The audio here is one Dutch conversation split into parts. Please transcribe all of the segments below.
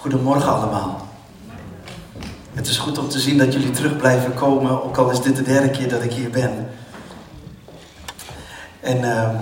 Goedemorgen allemaal. Het is goed om te zien dat jullie terug blijven komen, ook al is dit de derde keer dat ik hier ben. En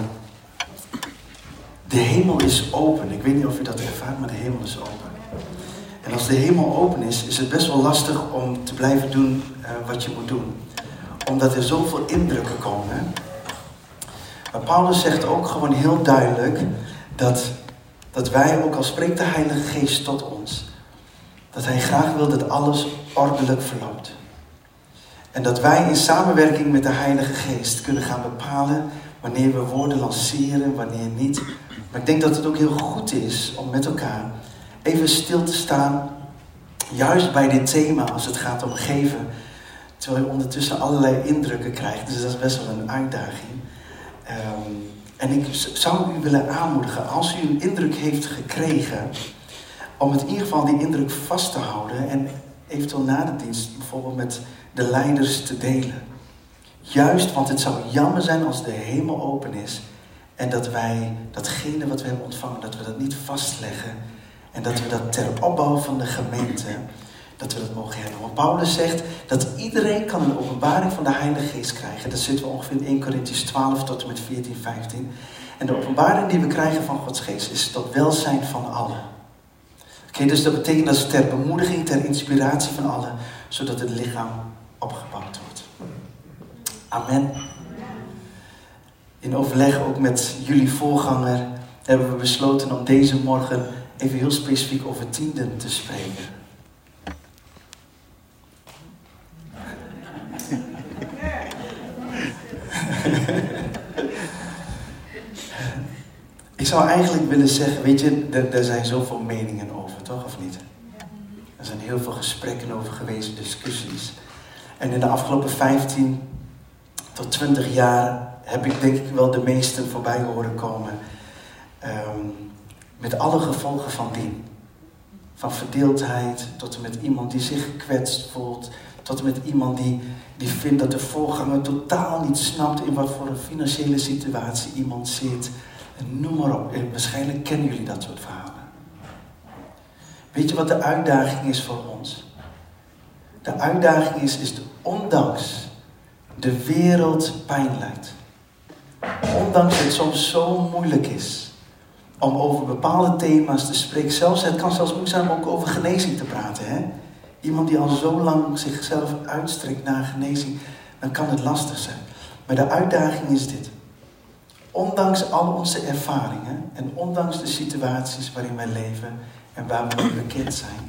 de hemel is open. Ik weet niet of u dat ervaart, maar de hemel is open. En als de hemel open is het best wel lastig om te blijven doen wat je moet doen. Omdat er zoveel indrukken komen. Maar Paulus zegt ook gewoon heel duidelijk dat wij, ook al spreekt de Heilige Geest tot ons, dat hij graag wil dat alles ordelijk verloopt. En dat wij in samenwerking met de Heilige Geest kunnen gaan bepalen wanneer we woorden lanceren, wanneer niet. Maar ik denk dat het ook heel goed is om met elkaar even stil te staan, juist bij dit thema als het gaat om geven, terwijl je ondertussen allerlei indrukken krijgt. Dus dat is best wel een uitdaging. En ik zou u willen aanmoedigen, als u een indruk heeft gekregen, om het in ieder geval die indruk vast te houden en eventueel na de dienst bijvoorbeeld met de leiders te delen. Juist, want het zou jammer zijn als de hemel open is en dat wij datgene wat we hebben ontvangen, dat we dat niet vastleggen en dat we dat ter opbouw van de gemeente, dat we dat mogen hebben. Want Paulus zegt dat iedereen kan een openbaring van de Heilige Geest krijgen. Dat zitten we ongeveer in 1 Korintiërs 12 tot en met 14, 15. En de openbaring die we krijgen van Gods Geest is tot welzijn van allen. Oké, dus dat betekent dat het ter bemoediging, ter inspiratie van allen, zodat het lichaam opgebouwd wordt. Amen. In overleg ook met jullie voorganger hebben we besloten om deze morgen even heel specifiek over tienden te spreken. Ik zou eigenlijk willen zeggen, weet je, er zijn zoveel meningen over, toch of niet? Er zijn heel veel gesprekken over geweest, discussies. En in de afgelopen 15 tot 20 jaar heb ik denk ik wel de meesten voorbij horen komen. Met alle gevolgen van dien. Van verdeeldheid tot en met iemand die zich gekwetst voelt. Tot en met iemand die vindt dat de voorganger totaal niet snapt in wat voor een financiële situatie iemand zit. En noem maar op. Waarschijnlijk kennen jullie dat soort verhalen. Weet je wat de uitdaging is voor ons? De uitdaging is dat ondanks de wereld pijn lijdt. Ondanks het soms zo moeilijk is om over bepaalde thema's te spreken. Het kan zelfs moeilijk zijn om ook over genezing te praten. Hè? Iemand die al zo lang zichzelf uitstrekt naar genezing, dan kan het lastig zijn. Maar de uitdaging is dit. Ondanks al onze ervaringen en ondanks de situaties waarin wij leven en waar we mee bekend zijn,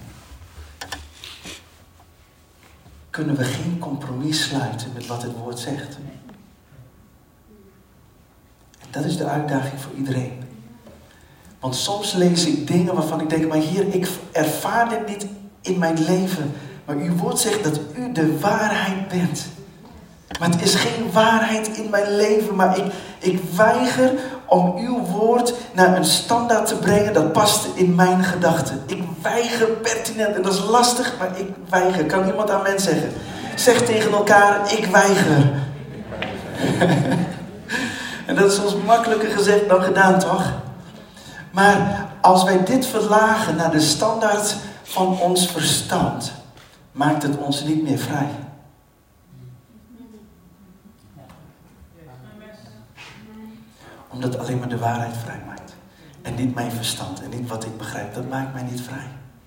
kunnen we geen compromis sluiten met wat het woord zegt. En dat is de uitdaging voor iedereen. Want soms lees ik dingen waarvan ik denk, maar Heer, ik ervaar dit niet in mijn leven. Maar uw woord zegt dat u de waarheid bent. Maar het is geen waarheid in mijn leven. Maar ik weiger om uw woord naar een standaard te brengen dat past in mijn gedachten. Ik weiger pertinent. En dat is lastig, maar ik weiger. Kan iemand amen zeggen? Zeg tegen elkaar, ik weiger. En dat is soms makkelijker gezegd dan gedaan, toch? Maar als wij dit verlagen naar de standaard van ons verstand, maakt het ons niet meer vrij. Omdat alleen maar de waarheid vrij maakt. En niet mijn verstand en niet wat ik begrijp. Dat maakt mij niet vrij.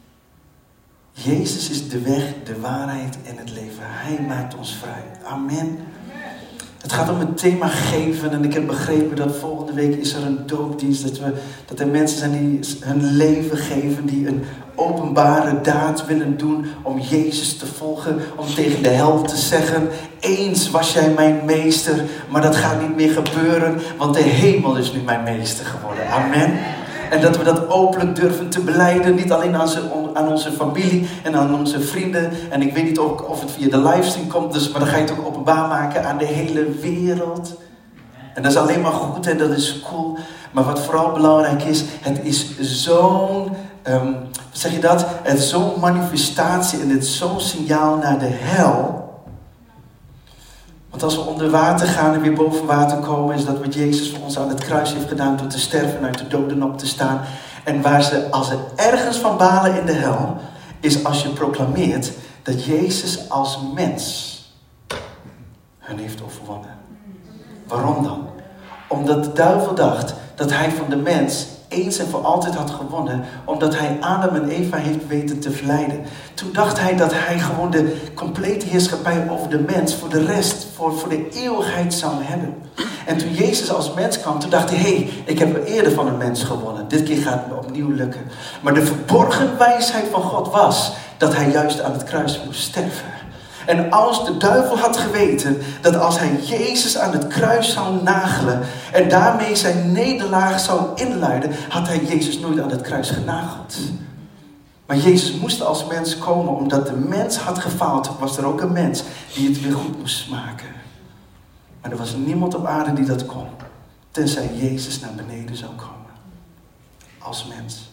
Jezus is de weg, de waarheid en het leven. Hij maakt ons vrij. Amen. Het gaat om het thema geven. En ik heb begrepen dat volgende week is er een doopdienst. Dat er mensen zijn die hun leven geven. Die een openbare daad willen doen om Jezus te volgen. Om tegen de hel te zeggen, eens was jij mijn meester. Maar dat gaat niet meer gebeuren. Want de hemel is nu mijn meester geworden. Amen. En dat we dat openlijk durven te belijden. Niet alleen aan onze familie en aan onze vrienden. En ik weet niet of het via de livestream komt. Maar dan ga je het ook openbaar maken aan de hele wereld. En dat is alleen maar goed en dat is cool. Maar wat vooral belangrijk is, het is zo'n, zeg je dat? Het is zo'n manifestatie en het is zo'n signaal naar de hel. Want als we onder water gaan en weer boven water komen, is dat wat Jezus voor ons aan het kruis heeft gedaan door te sterven en uit de doden op te staan. En als ze ergens van balen in de hel, is als je proclameert dat Jezus als mens hun heeft overwonnen. Waarom dan? Omdat de duivel dacht dat hij van de mens eens en voor altijd had gewonnen, omdat hij Adam en Eva heeft weten te verleiden. Toen dacht hij dat hij gewoon de complete heerschappij over de mens voor de rest, voor de eeuwigheid zou hebben. En toen Jezus als mens kwam, toen dacht hij, hey, ik heb eerder van een mens gewonnen. Dit keer gaat het me opnieuw lukken. Maar de verborgen wijsheid van God was dat hij juist aan het kruis moest sterven. En als de duivel had geweten dat als hij Jezus aan het kruis zou nagelen en daarmee zijn nederlaag zou inluiden, had hij Jezus nooit aan het kruis genageld. Maar Jezus moest als mens komen, omdat de mens had gefaald, was er ook een mens die het weer goed moest maken. Maar er was niemand op aarde die dat kon, tenzij Jezus naar beneden zou komen. Als mens.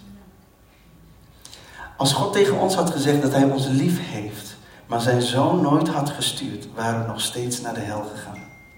Als God tegen ons had gezegd dat hij ons lief heeft, maar zijn zoon nooit had gestuurd, waren we nog steeds naar de hel gegaan.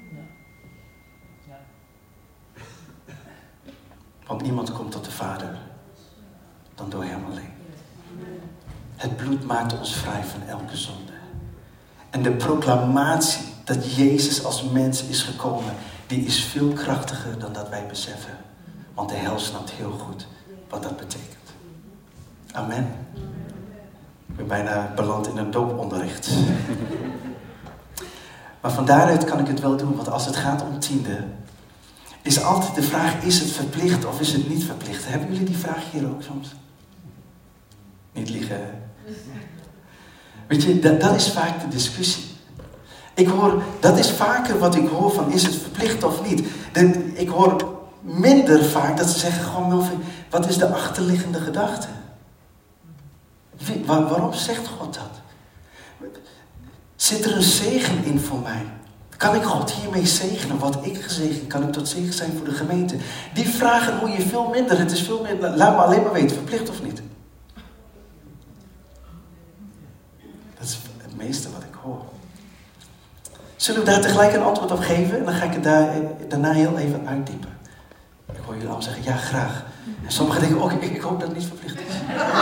Want niemand komt tot de Vader dan door hem alleen. Het bloed maakt ons vrij van elke zonde. En de proclamatie dat Jezus als mens is gekomen, die is veel krachtiger dan dat wij beseffen. Want de hel snapt heel goed wat dat betekent. Amen. Ik ben bijna beland in een dooponderricht. Maar van daaruit kan ik het wel doen. Want als het gaat om tiende, is altijd de vraag, is het verplicht of is het niet verplicht? Hebben jullie die vraag hier ook soms? Niet liegen, hè? Weet je, dat is vaak de discussie. Dat is vaker wat ik hoor van, is het verplicht of niet? Ik hoor minder vaak dat ze zeggen, gewoon Melvin, wat is de achterliggende gedachte? Waarom zegt God dat? Zit er een zegen in voor mij? Kan ik God hiermee zegenen? Wat ik gezegend, kan ik tot zegen zijn voor de gemeente? Die vragen hoor je veel minder. Het is veel meer, laat me alleen maar weten, verplicht of niet? Dat is het meeste wat ik hoor. Zullen we daar tegelijk een antwoord op geven? En dan ga ik het daarna heel even uitdiepen. Ik hoor jullie allemaal zeggen, ja graag. En sommigen denken, ook, ik hoop dat het niet verplicht is.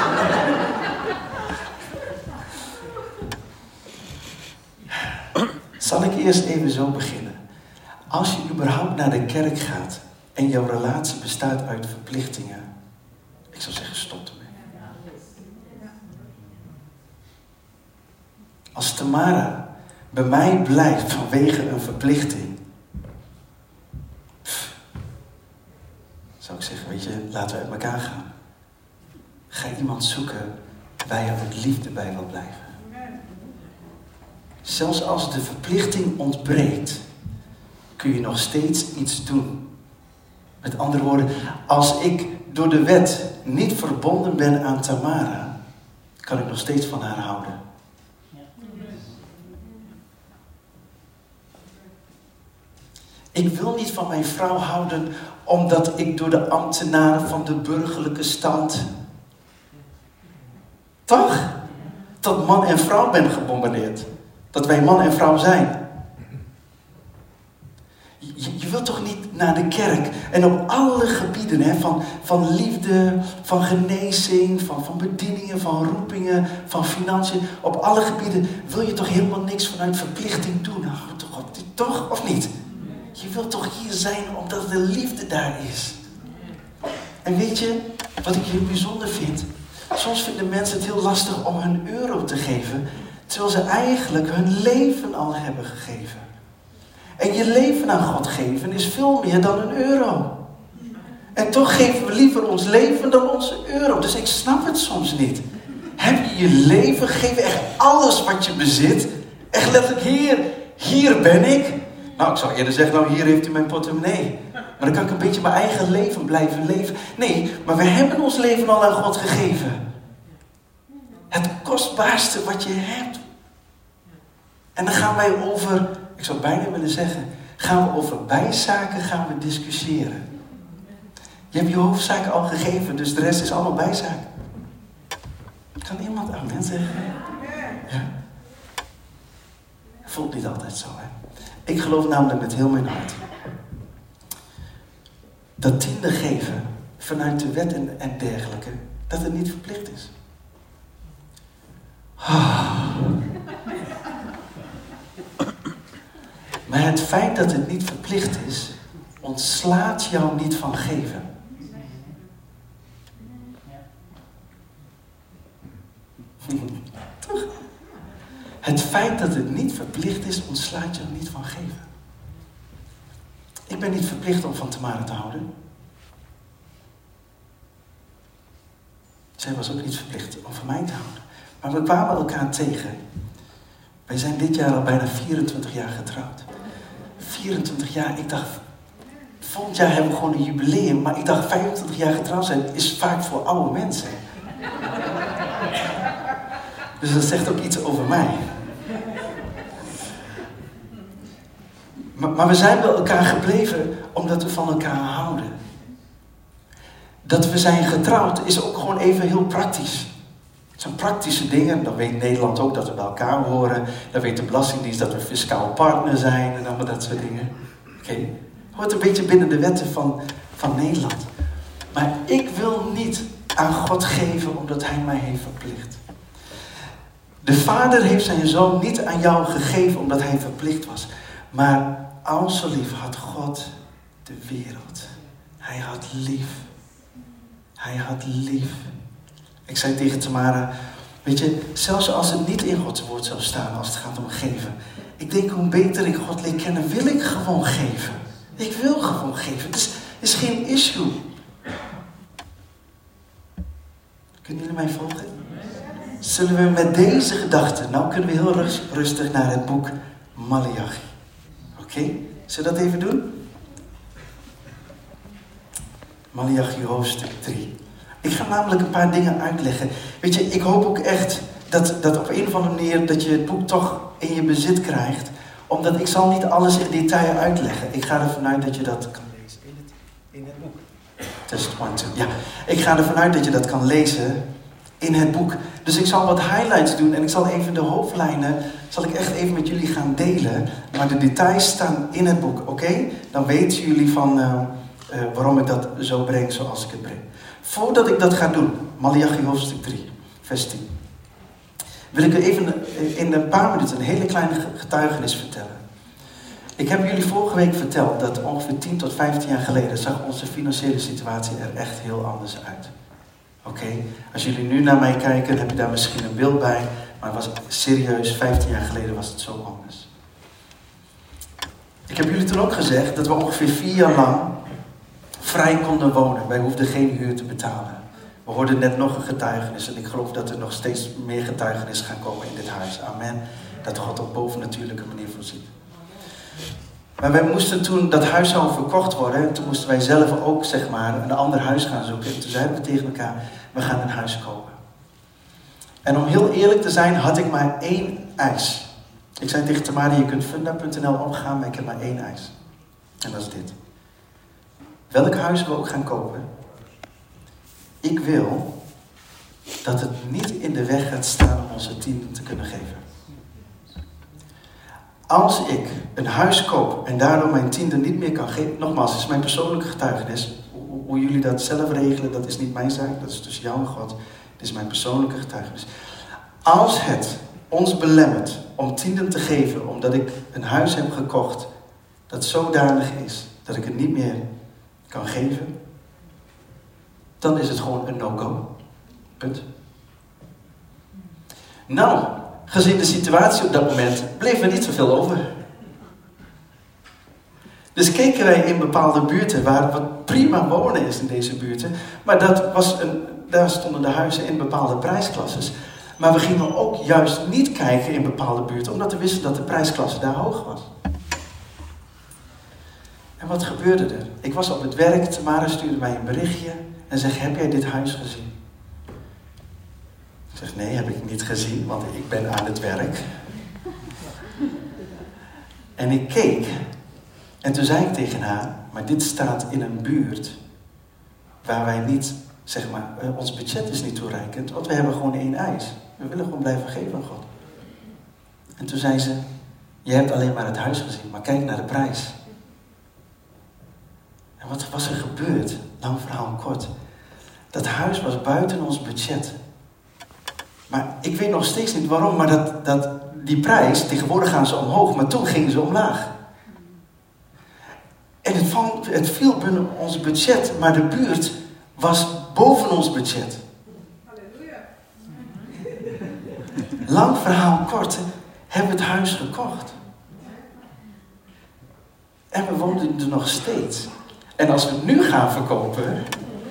Zal ik eerst even zo beginnen. Als je überhaupt naar de kerk gaat en jouw relatie bestaat uit verplichtingen, ik zou zeggen, stop ermee. Als Tamara bij mij blijft vanwege een verplichting, zou ik zeggen, weet je, laten we uit elkaar gaan. Ga iemand zoeken waar je met liefde bij wil blijven. Zelfs als de verplichting ontbreekt, kun je nog steeds iets doen. Met andere woorden, als ik door de wet niet verbonden ben aan Tamara, kan ik nog steeds van haar houden. Ik wil niet van mijn vrouw houden omdat ik door de ambtenaren van de burgerlijke stand, toch, tot man en vrouw ben gebombardeerd. Dat wij man en vrouw zijn. Je wilt toch niet naar de kerk en op alle gebieden, hè, van liefde, van genezing, van bedieningen, van roepingen, van financiën. Op alle gebieden wil je toch helemaal niks vanuit verplichting doen. Nou, toch of niet? Je wilt toch hier zijn omdat de liefde daar is. En weet je wat ik heel bijzonder vind? Soms vinden mensen het heel lastig om hun euro te geven, terwijl ze eigenlijk hun leven al hebben gegeven. En je leven aan God geven is veel meer dan een euro. En toch geven we liever ons leven dan onze euro. Dus ik snap het soms niet. Heb je je leven gegeven, echt alles wat je bezit? Echt letterlijk, hier ben ik. Nou, ik zou eerder zeggen, nou hier heeft u mijn portemonnee. Maar dan kan ik een beetje mijn eigen leven blijven leven. Nee, maar we hebben ons leven al aan God gegeven. Het kostbaarste wat je hebt. En dan gaan wij over, ik zou bijna willen zeggen, gaan we over bijzaken gaan we discussiëren. Je hebt je hoofdzaak al gegeven, dus de rest is allemaal bijzaak. Kan iemand amen zeggen? Ja. Voelt niet altijd zo, hè? Ik geloof namelijk met heel mijn hart dat tiende geven vanuit de wet en dergelijke, dat het niet verplicht is. Maar het feit dat het niet verplicht is, ontslaat jou niet van geven. Toch? Het feit dat het niet verplicht is, ontslaat jou niet van geven. Ik ben niet verplicht om van Tamara te houden. Zij was ook niet verplicht om van mij te houden. Maar we kwamen elkaar tegen. Wij zijn dit jaar al bijna 24 jaar getrouwd. 24 jaar, ik dacht, volgend jaar hebben we gewoon een jubileum. Maar ik dacht, 25 jaar getrouwd zijn is vaak voor oude mensen. Dus dat zegt ook iets over mij. Maar we zijn bij elkaar gebleven omdat we van elkaar houden. Dat we zijn getrouwd is ook gewoon even heel praktisch. Het zijn praktische dingen. Dan weet Nederland ook dat we bij elkaar horen. Dan weet de Belastingdienst dat we fiscaal partner zijn en allemaal dat soort dingen. Oké. Hoort een beetje binnen de wetten van Nederland. Maar ik wil niet aan God geven omdat hij mij heeft verplicht. De vader heeft zijn zoon niet aan jou gegeven omdat hij verplicht was. Maar al zo lief had God de wereld. Hij had lief. Hij had lief. Ik zei tegen Tamara, weet je, zelfs als het niet in Gods woord zou staan als het gaat om geven. Ik denk, hoe beter ik God leer kennen, wil ik gewoon geven. Ik wil gewoon geven. Het is geen issue. Kunnen jullie mij volgen? Zullen we met deze gedachten, nou kunnen we heel rustig naar het boek Maleachi. Oké? Zullen we dat even doen? Maleachi hoofdstuk 3. Ik ga namelijk een paar dingen uitleggen. Weet je, ik hoop ook echt dat op een of andere manier dat je het boek toch in je bezit krijgt. Omdat ik zal niet alles in detail uitleggen. Ik ga ervan uit dat je dat kan lezen in het boek. Test 1, 2. Ja, ik ga ervan uit dat je dat kan lezen in het boek. Dus ik zal wat highlights doen en ik zal even de hoofdlijnen, zal ik echt even met jullie gaan delen. Maar de details staan in het boek, oké? Dan weten jullie van waarom ik dat zo breng zoals ik het breng. Voordat ik dat ga doen, Maleachi hoofdstuk 3, vers 10. Wil ik even in een paar minuten een hele kleine getuigenis vertellen. Ik heb jullie vorige week verteld dat ongeveer 10 tot 15 jaar geleden zag onze financiële situatie er echt heel anders uit. Oké, als jullie nu naar mij kijken, heb je daar misschien een beeld bij. Maar het was serieus, 15 jaar geleden was het zo anders. Ik heb jullie toen ook gezegd dat we ongeveer 4 jaar lang vrij konden wonen. Wij hoefden geen huur te betalen. We hoorden net nog een getuigenis en ik geloof dat er nog steeds meer getuigenissen gaan komen in dit huis. Amen. Dat God op bovennatuurlijke manier voorziet. Maar wij moesten toen, dat huis zou verkocht worden. En toen moesten wij zelf ook, zeg maar, een ander huis gaan zoeken. En toen zeiden we tegen elkaar, we gaan een huis kopen. En om heel eerlijk te zijn, had ik maar 1 eis. Ik zei tegen Tamara, je kunt funda.nl opgaan, maar ik heb maar 1 eis. En dat is dit. Welk huis we ook gaan kopen, ik wil dat het niet in de weg gaat staan om onze tienden te kunnen geven. Als ik een huis koop en daardoor mijn tiende niet meer kan geven, nogmaals, het is mijn persoonlijke getuigenis. Hoe jullie dat zelf regelen, dat is niet mijn zaak, dat is tussen jou en God. Dit is mijn persoonlijke getuigenis. Als het ons belemmert om tienden te geven, omdat ik een huis heb gekocht dat zodanig is dat ik het niet meer kan geven, dan is het gewoon een no-go. Punt. Nou, gezien de situatie op dat moment, bleef er niet zoveel over. Dus keken wij in bepaalde buurten, waar wat prima wonen is in deze buurten, maar daar stonden de huizen in bepaalde prijsklasses. Maar we gingen ook juist niet kijken in bepaalde buurten, omdat we wisten dat de prijsklasse daar hoog was. En wat gebeurde er? Ik was op het werk, Tamara stuurde mij een berichtje en zegt, heb jij dit huis gezien? Ik zeg, nee, heb ik niet gezien, want ik ben aan het werk. En ik keek en toen zei ik tegen haar, maar dit staat in een buurt waar wij niet, zeg maar, ons budget is niet toereikend, want we hebben gewoon 1 eis. We willen gewoon blijven geven aan God. En toen zei ze, je hebt alleen maar het huis gezien, maar kijk naar de prijs. En wat was er gebeurd? Lang verhaal kort. Dat huis was buiten ons budget. Maar ik weet nog steeds niet waarom, maar die prijs, tegenwoordig gaan ze omhoog, maar toen gingen ze omlaag. En het viel binnen ons budget, maar de buurt was boven ons budget. Halleluja. Lang verhaal kort, hebben we het huis gekocht. En we woonden er nog steeds. En als we het nu gaan verkopen,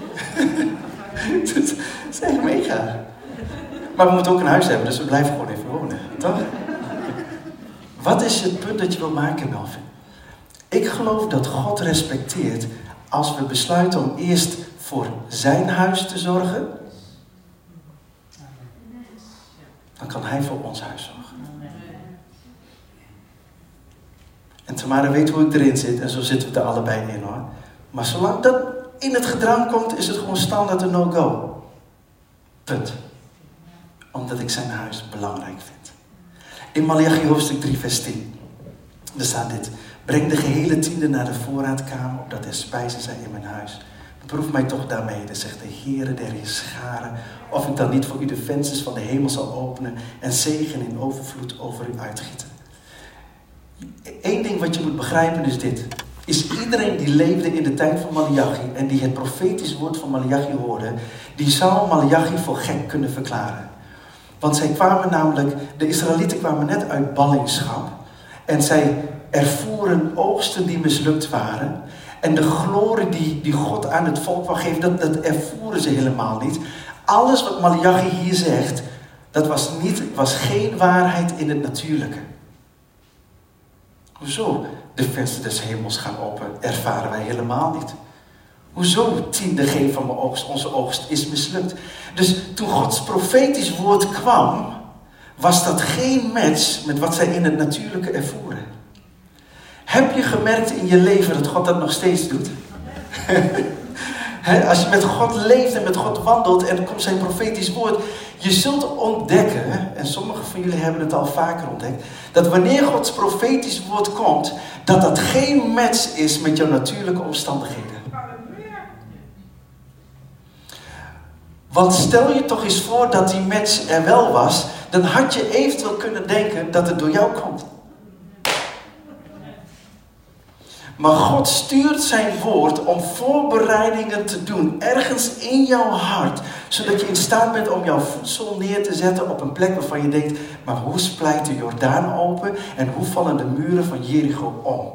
dat is echt mega. Maar we moeten ook een huis hebben, dus we blijven gewoon even wonen, toch? Wat is het punt dat je wil maken, Melvin? Ik geloof dat God respecteert als we besluiten om eerst voor zijn huis te zorgen. Dan kan hij voor ons huis zorgen. En Tamara weet hoe ik erin zit en zo zitten we er allebei in, hoor. Maar zolang dat in het gedrang komt, is het gewoon standaard een no-go. Punt. Omdat ik zijn huis belangrijk vind. In Maleachi hoofdstuk 3 vers 10. Er staat dit. Breng de gehele tiende naar de voorraadkamer, opdat er spijzen zijn in mijn huis. Beproef mij toch daarmee, zegt de Heere der Heerscharen, of ik dan niet voor u de vensters van de hemel zal openen en zegen in overvloed over u uitgieten. Eén ding wat je moet begrijpen is dit. Is iedereen die leefde in de tijd van Maleachi en die het profetisch woord van Maleachi hoorde, die zou Maleachi voor gek kunnen verklaren. Want zij kwamen namelijk, de Israëlieten kwamen net uit ballingschap en zij ervoeren oogsten die mislukt waren. En de glorie die God aan het volk wou geven, dat ervoeren ze helemaal niet. Alles wat Maleachi hier zegt, dat was geen waarheid in het natuurlijke. Hoezo de vensters des hemels gaan open, ervaren wij helemaal niet. Hoezo tiende geef van mijn oogst, onze oogst is mislukt. Dus toen Gods profetisch woord kwam, was dat geen match met wat zij in het natuurlijke ervoeren. Heb je gemerkt in je leven dat God dat nog steeds doet? Als je met God leeft en met God wandelt en er komt zijn profetisch woord, je zult ontdekken, en sommigen van jullie hebben het al vaker ontdekt, dat wanneer Gods profetisch woord komt, dat geen match is met jouw natuurlijke omstandigheden. Want stel je toch eens voor dat die match er wel was, dan had je eventueel kunnen denken dat het door jou komt. Maar God stuurt zijn woord om voorbereidingen te doen, ergens in jouw hart, zodat je in staat bent om jouw voedsel neer te zetten op een plek waarvan je denkt, maar hoe splijt de Jordaan open en hoe vallen de muren van Jericho om?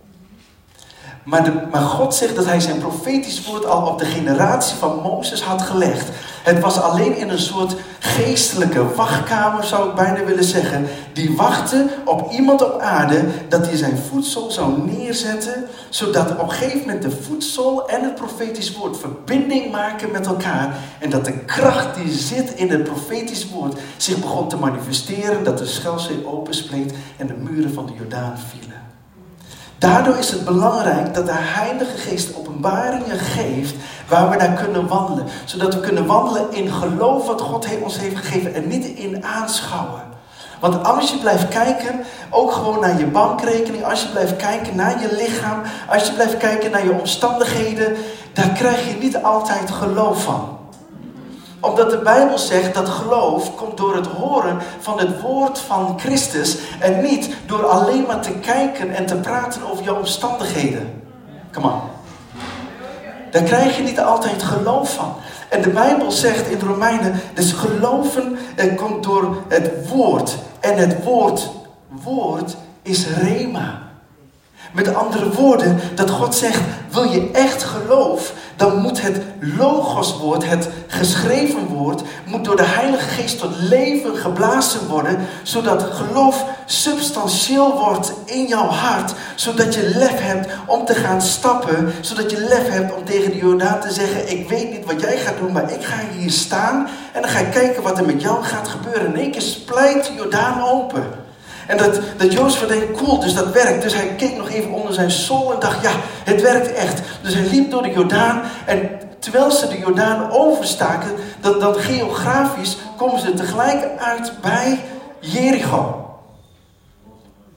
Maar God zegt dat hij zijn profetisch woord al op de generatie van Mozes had gelegd. Het was alleen in een soort geestelijke wachtkamer, zou ik bijna willen zeggen. Die wachtte op iemand op aarde dat hij zijn voedsel zou neerzetten. Zodat op een gegeven moment de voedsel en het profetisch woord verbinding maken met elkaar. En dat de kracht die zit in het profetisch woord zich begon te manifesteren. Dat de Schelzee openspleet en de muren van de Jordaan vielen. Daardoor is het belangrijk dat de Heilige Geest openbaringen geeft waar we naar kunnen wandelen. Zodat we kunnen wandelen in geloof wat God ons heeft gegeven en niet in aanschouwen. Want als je blijft kijken, ook gewoon naar je bankrekening, als je blijft kijken naar je lichaam, als je blijft kijken naar je omstandigheden, daar krijg je niet altijd geloof van. Omdat de Bijbel zegt dat geloof komt door het horen van het woord van Christus en niet door alleen maar te kijken en te praten over jouw omstandigheden. Come on. Daar krijg je niet altijd geloof van. En de Bijbel zegt in de Romeinen, dus geloven komt door het woord. En het woord is rema. Met andere woorden, dat God zegt, wil je echt geloof, dan moet het logoswoord, het geschreven woord, moet door de Heilige Geest tot leven geblazen worden, zodat geloof substantieel wordt in jouw hart, zodat je lef hebt om te gaan stappen, zodat je lef hebt om tegen de Jordaan te zeggen, ik weet niet wat jij gaat doen, maar ik ga hier staan en dan ga ik kijken wat er met jou gaat gebeuren. In één keer splijt de Jordaan open. En dat Jozef denkt, cool, dus dat werkt. Dus hij keek nog even onder zijn sol en dacht, ja, het werkt echt. Dus hij liep door de Jordaan en terwijl ze de Jordaan overstaken, dan geografisch komen ze tegelijk uit bij Jericho.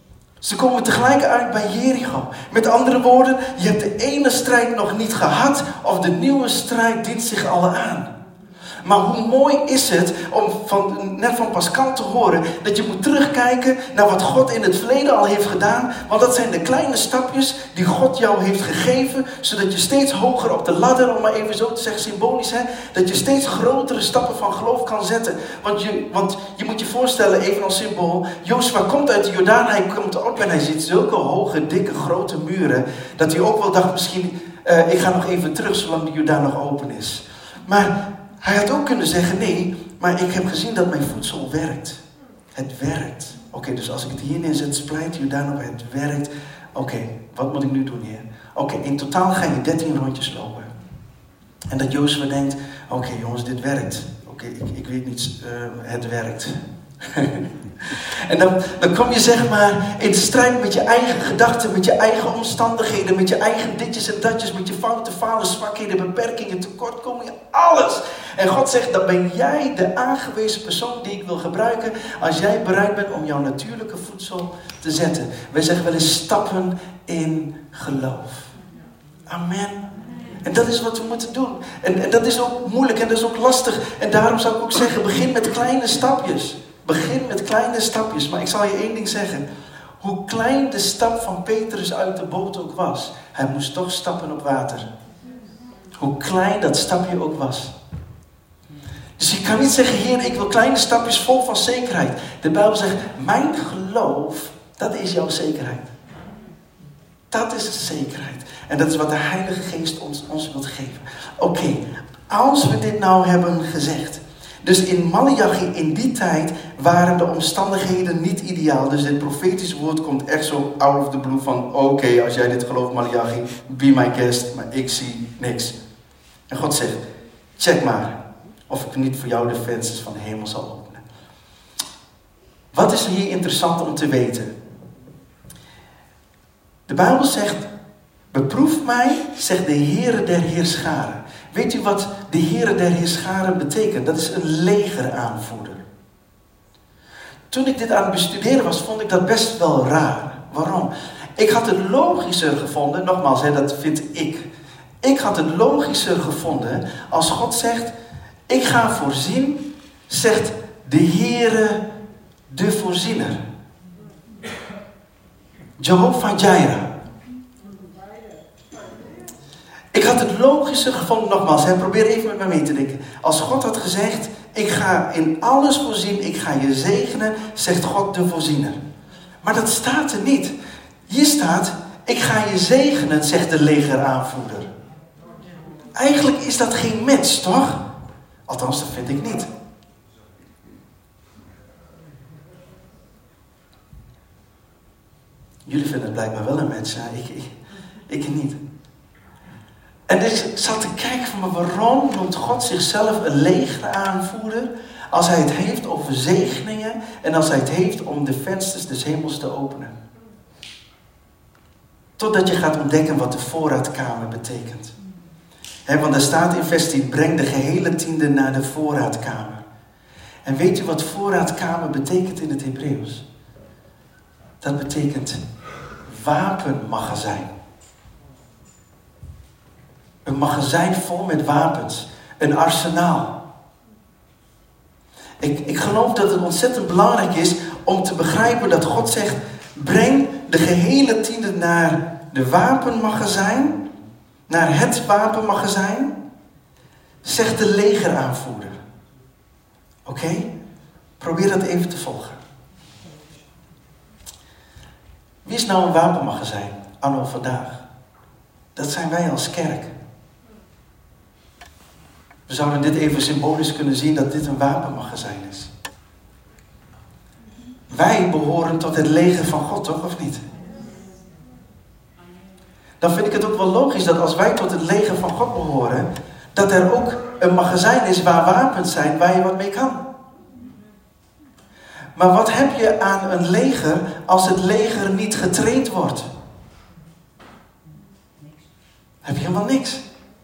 Ze komen tegelijk uit bij Jericho. Met andere woorden, je hebt de ene strijd nog niet gehad of de nieuwe strijd dient zich al aan. Maar hoe mooi is het om net van Pascal te horen dat je moet terugkijken naar wat God in het verleden al heeft gedaan. Want dat zijn de kleine stapjes die God jou heeft gegeven, zodat je steeds hoger op de ladder, om maar even zo te zeggen symbolisch, dat je steeds grotere stappen van geloof kan zetten. Want je moet je voorstellen, even als symbool, Jozua komt uit de Jordaan, hij komt op en hij ziet zulke hoge, dikke, grote muren, dat hij ook wel dacht misschien, ik ga nog even terug zolang de Jordaan nog open is. Maar hij had ook kunnen zeggen, nee, maar ik heb gezien dat mijn voedsel werkt. Het werkt. Oké, dus als ik het hier neerzet, splijt Jordaan op, het werkt. Oké, wat moet ik nu doen, Heer? Oké, in totaal ga je 13 rondjes lopen. En dat Jozua denkt, oké, jongens, dit werkt. Oké, ik weet niet, het werkt. En dan kom je zeg maar in strijd met je eigen gedachten, met je eigen omstandigheden, met je eigen ditjes en datjes, met je fouten, falen, zwakheden, beperkingen, tekortkomingen, alles. En God zegt, dan ben jij de aangewezen persoon die ik wil gebruiken als jij bereid bent om jouw natuurlijke voedsel te zetten. Wij zeggen wel eens stappen in geloof. Amen. En dat is wat we moeten doen. En dat is ook moeilijk en dat is ook lastig. En daarom zou ik ook zeggen, begin met kleine stapjes. Begin met kleine stapjes. Maar ik zal je één ding zeggen. Hoe klein de stap van Petrus uit de boot ook was, hij moest toch stappen op water. Hoe klein dat stapje ook was. Dus je kan niet zeggen, Heer, ik wil kleine stapjes vol van zekerheid. De Bijbel zegt, mijn geloof, dat is jouw zekerheid. Dat is de zekerheid. En dat is wat de Heilige Geest ons wilt geven. Oké, als we dit nou hebben gezegd. Dus in Maleachi, in die tijd, waren de omstandigheden niet ideaal. Dus dit profetische woord komt echt zo out of the blue van, oké, als jij dit gelooft, Maleachi, be my guest, maar ik zie niks. En God zegt, check maar of ik niet voor jou de vensters van de hemel zal openen. Wat is hier interessant om te weten? De Bijbel zegt, beproef mij, zegt de Heere der Heerscharen. Weet u wat de Heere der Heerscharen betekent? Dat is een legeraanvoerder. Toen ik dit aan het bestuderen was, vond ik dat best wel raar. Waarom? Ik had het logischer gevonden, nogmaals, dat vind ik. Ik had het logischer gevonden als God zegt, ik ga voorzien, zegt de Heere de voorziener. Jehovah Jireh. Ik had het logischer gevonden, nogmaals, probeer even met mij mee te denken. Als God had gezegd, ik ga in alles voorzien, ik ga je zegenen, zegt God de voorziener. Maar dat staat er niet. Hier staat, ik ga je zegenen, zegt de legeraanvoerder. Eigenlijk is dat geen match, toch? Althans, dat vind ik niet. Jullie vinden het blijkbaar wel een match, ik niet. En dus ik zat te kijken van, maar waarom noemt God zichzelf een legeraanvoerder als hij het heeft over zegeningen en als hij het heeft om de vensters des hemels te openen? Totdat je gaat ontdekken wat de voorraadkamer betekent. Want er staat in vers 10, breng de gehele tiende naar de voorraadkamer. En weet u wat voorraadkamer betekent in het Hebreeuws? Dat betekent wapenmagazijn. Een magazijn vol met wapens. Een arsenaal. Ik geloof dat het ontzettend belangrijk is om te begrijpen dat God zegt, breng de gehele tiende naar de wapenmagazijn. Naar het wapenmagazijn. Zegt de legeraanvoerder. Oké? Probeer dat even te volgen. Wie is nou een wapenmagazijn anno vandaag? Dat zijn wij als kerk. We zouden dit even symbolisch kunnen zien dat dit een wapenmagazijn is. Wij behoren tot het leger van God, toch? Of niet? Dan vind ik het ook wel logisch dat als wij tot het leger van God behoren, dat er ook een magazijn is waar wapens zijn, waar je wat mee kan. Maar wat heb je aan een leger als het leger niet getraind wordt? Heb je helemaal niks.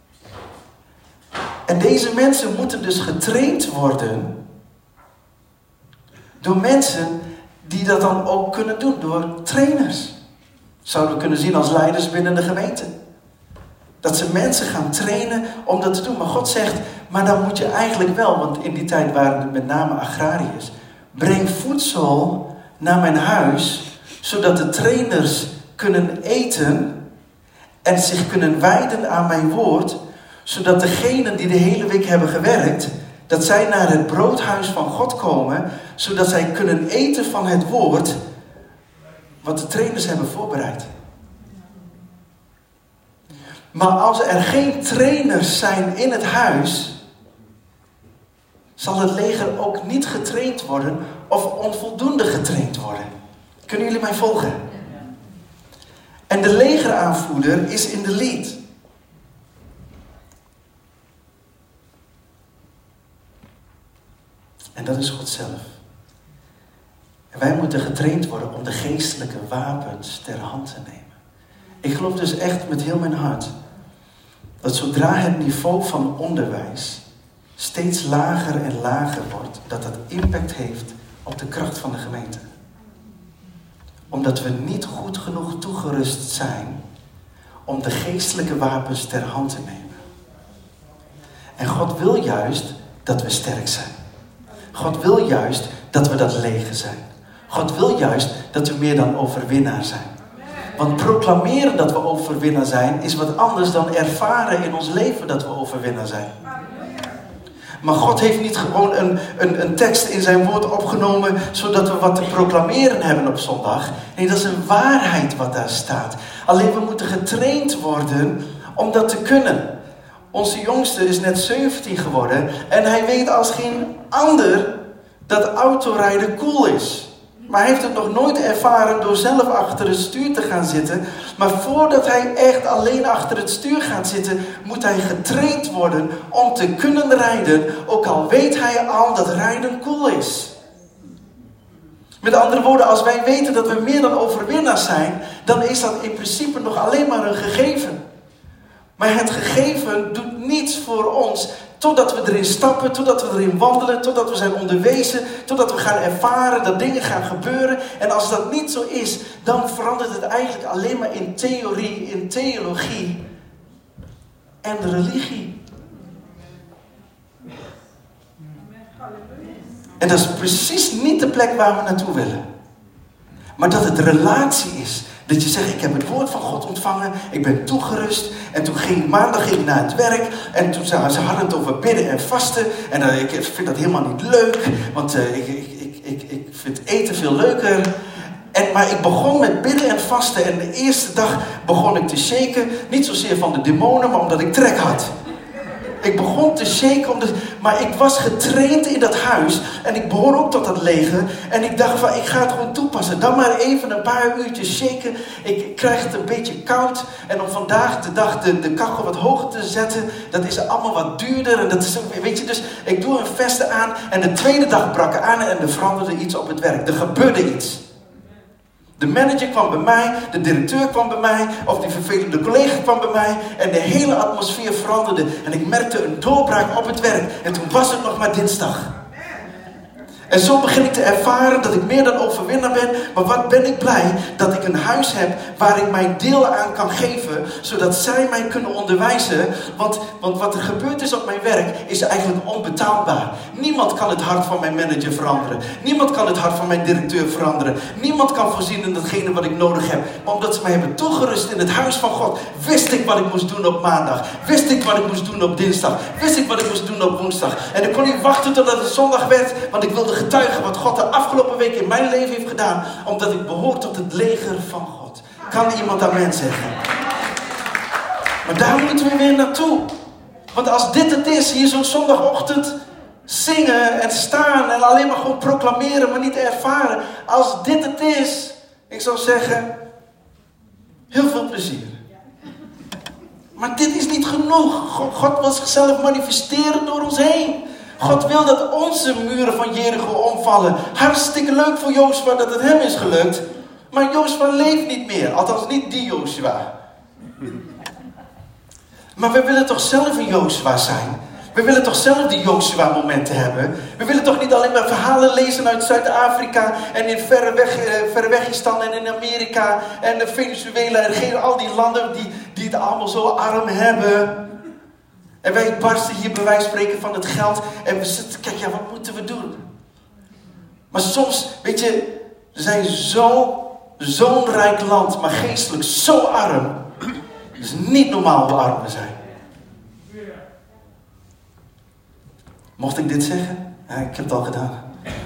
En deze mensen moeten dus getraind worden door mensen die dat dan ook kunnen doen door trainers. Zouden we kunnen zien als leiders binnen de gemeente. Dat ze mensen gaan trainen om dat te doen. Maar God zegt, maar dan moet je eigenlijk wel, want in die tijd waren het met name agrariërs. Breng voedsel naar mijn huis, zodat de trainers kunnen eten en zich kunnen wijden aan mijn woord, zodat degenen die de hele week hebben gewerkt, dat zij naar het broodhuis van God komen, zodat zij kunnen eten van het woord wat de trainers hebben voorbereid. Maar als er geen trainers zijn in het huis, zal het leger ook niet getraind worden of onvoldoende getraind worden. Kunnen jullie mij volgen? En de legeraanvoerder is in de lead. En dat is God zelf. En wij moeten getraind worden om de geestelijke wapens ter hand te nemen. Ik geloof dus echt met heel mijn hart dat zodra het niveau van onderwijs steeds lager en lager wordt, dat dat impact heeft op de kracht van de gemeente. Omdat we niet goed genoeg toegerust zijn om de geestelijke wapens ter hand te nemen. En God wil juist dat we sterk zijn. God wil juist dat we dat leger zijn. God wil juist dat we meer dan overwinnaar zijn. Want proclameren dat we overwinnaar zijn is wat anders dan ervaren in ons leven dat we overwinnaar zijn. Maar God heeft niet gewoon een tekst in zijn woord opgenomen zodat we wat te proclameren hebben op zondag. Nee, dat is een waarheid wat daar staat. Alleen we moeten getraind worden om dat te kunnen. Onze jongste is net 17 geworden en hij weet als geen ander dat autorijden cool is. Maar hij heeft het nog nooit ervaren door zelf achter het stuur te gaan zitten. Maar voordat hij echt alleen achter het stuur gaat zitten, moet hij getraind worden om te kunnen rijden. Ook al weet hij al dat rijden cool is. Met andere woorden, als wij weten dat we meer dan overwinnaars zijn, dan is dat in principe nog alleen maar een gegeven. Maar het gegeven doet niets voor ons totdat we erin stappen, totdat we erin wandelen, totdat we zijn onderwezen, totdat we gaan ervaren dat dingen gaan gebeuren. En als dat niet zo is, dan verandert het eigenlijk alleen maar in theorie, in theologie en religie. En dat is precies niet de plek waar we naartoe willen. Maar dat het relatie is. Dat je zegt, ik heb het woord van God ontvangen. Ik ben toegerust. En toen maandag ging ik naar het werk. En toen ze hadden het over bidden en vasten. En ik vind dat helemaal niet leuk. Want ik vind eten veel leuker. Maar ik begon met bidden en vasten. En de eerste dag begon ik te shaken. Niet zozeer van de demonen, maar omdat ik trek had. Ik begon te shaken, maar ik was getraind in dat huis. En ik behoor ook tot dat leger. En ik dacht van, ik ga het gewoon toepassen. Dan maar even een paar uurtjes shaken. Ik krijg het een beetje koud. En om vandaag de dag de kachel wat hoger te zetten, dat is allemaal wat duurder. En dat is, weet je, dus ik doe een veste aan. En de tweede dag brak er aan en er veranderde iets op het werk. Er gebeurde iets. De manager kwam bij mij, de directeur kwam bij mij, of die vervelende collega kwam bij mij. En de hele atmosfeer veranderde. En ik merkte een doorbraak op het werk. En toen was het nog maar dinsdag. En zo begin ik te ervaren dat ik meer dan overwinnaar ben. Maar wat ben ik blij dat ik een huis heb waar ik mijn deel aan kan geven. Zodat zij mij kunnen onderwijzen. Want wat er gebeurd is op mijn werk is eigenlijk onbetaalbaar. Niemand kan het hart van mijn manager veranderen. Niemand kan het hart van mijn directeur veranderen. Niemand kan voorzien in datgene wat ik nodig heb. Maar omdat ze mij hebben toegerust in het huis van God, wist ik wat ik moest doen op maandag. Wist ik wat ik moest doen op dinsdag. Wist ik wat ik moest doen op woensdag. En ik kon niet wachten totdat het zondag werd, want ik wilde getuigen wat God de afgelopen week in mijn leven heeft gedaan, omdat ik behoor tot het leger van God. Kan iemand amen zeggen? Maar daar moeten we weer naartoe. Want als dit het is, hier zo'n zondagochtend zingen en staan en alleen maar gewoon proclameren, maar niet ervaren. Als dit het is, ik zou zeggen, heel veel plezier. Maar dit is niet genoeg. God wil zichzelf manifesteren door ons heen. God wil dat onze muren van Jericho omvallen. Hartstikke leuk voor Jozua dat het hem is gelukt. Maar Jozua leeft niet meer. Althans niet die Jozua. Maar we willen toch zelf een Jozua zijn. We willen toch zelf die Joshua-momenten hebben? We willen toch niet alleen maar verhalen lezen uit Zuid-Afrika en in Verwegistan en in Amerika en Venezuela en al die landen die het allemaal zo arm hebben. En wij barsten hier bij wijze van spreken van het geld en we zitten, kijk, ja, wat moeten we doen? Maar soms, weet je, we zijn zo'n rijk land, maar geestelijk zo arm. Het is niet normaal hoe arm we zijn. Mocht ik dit zeggen? Ja, ik heb het al gedaan.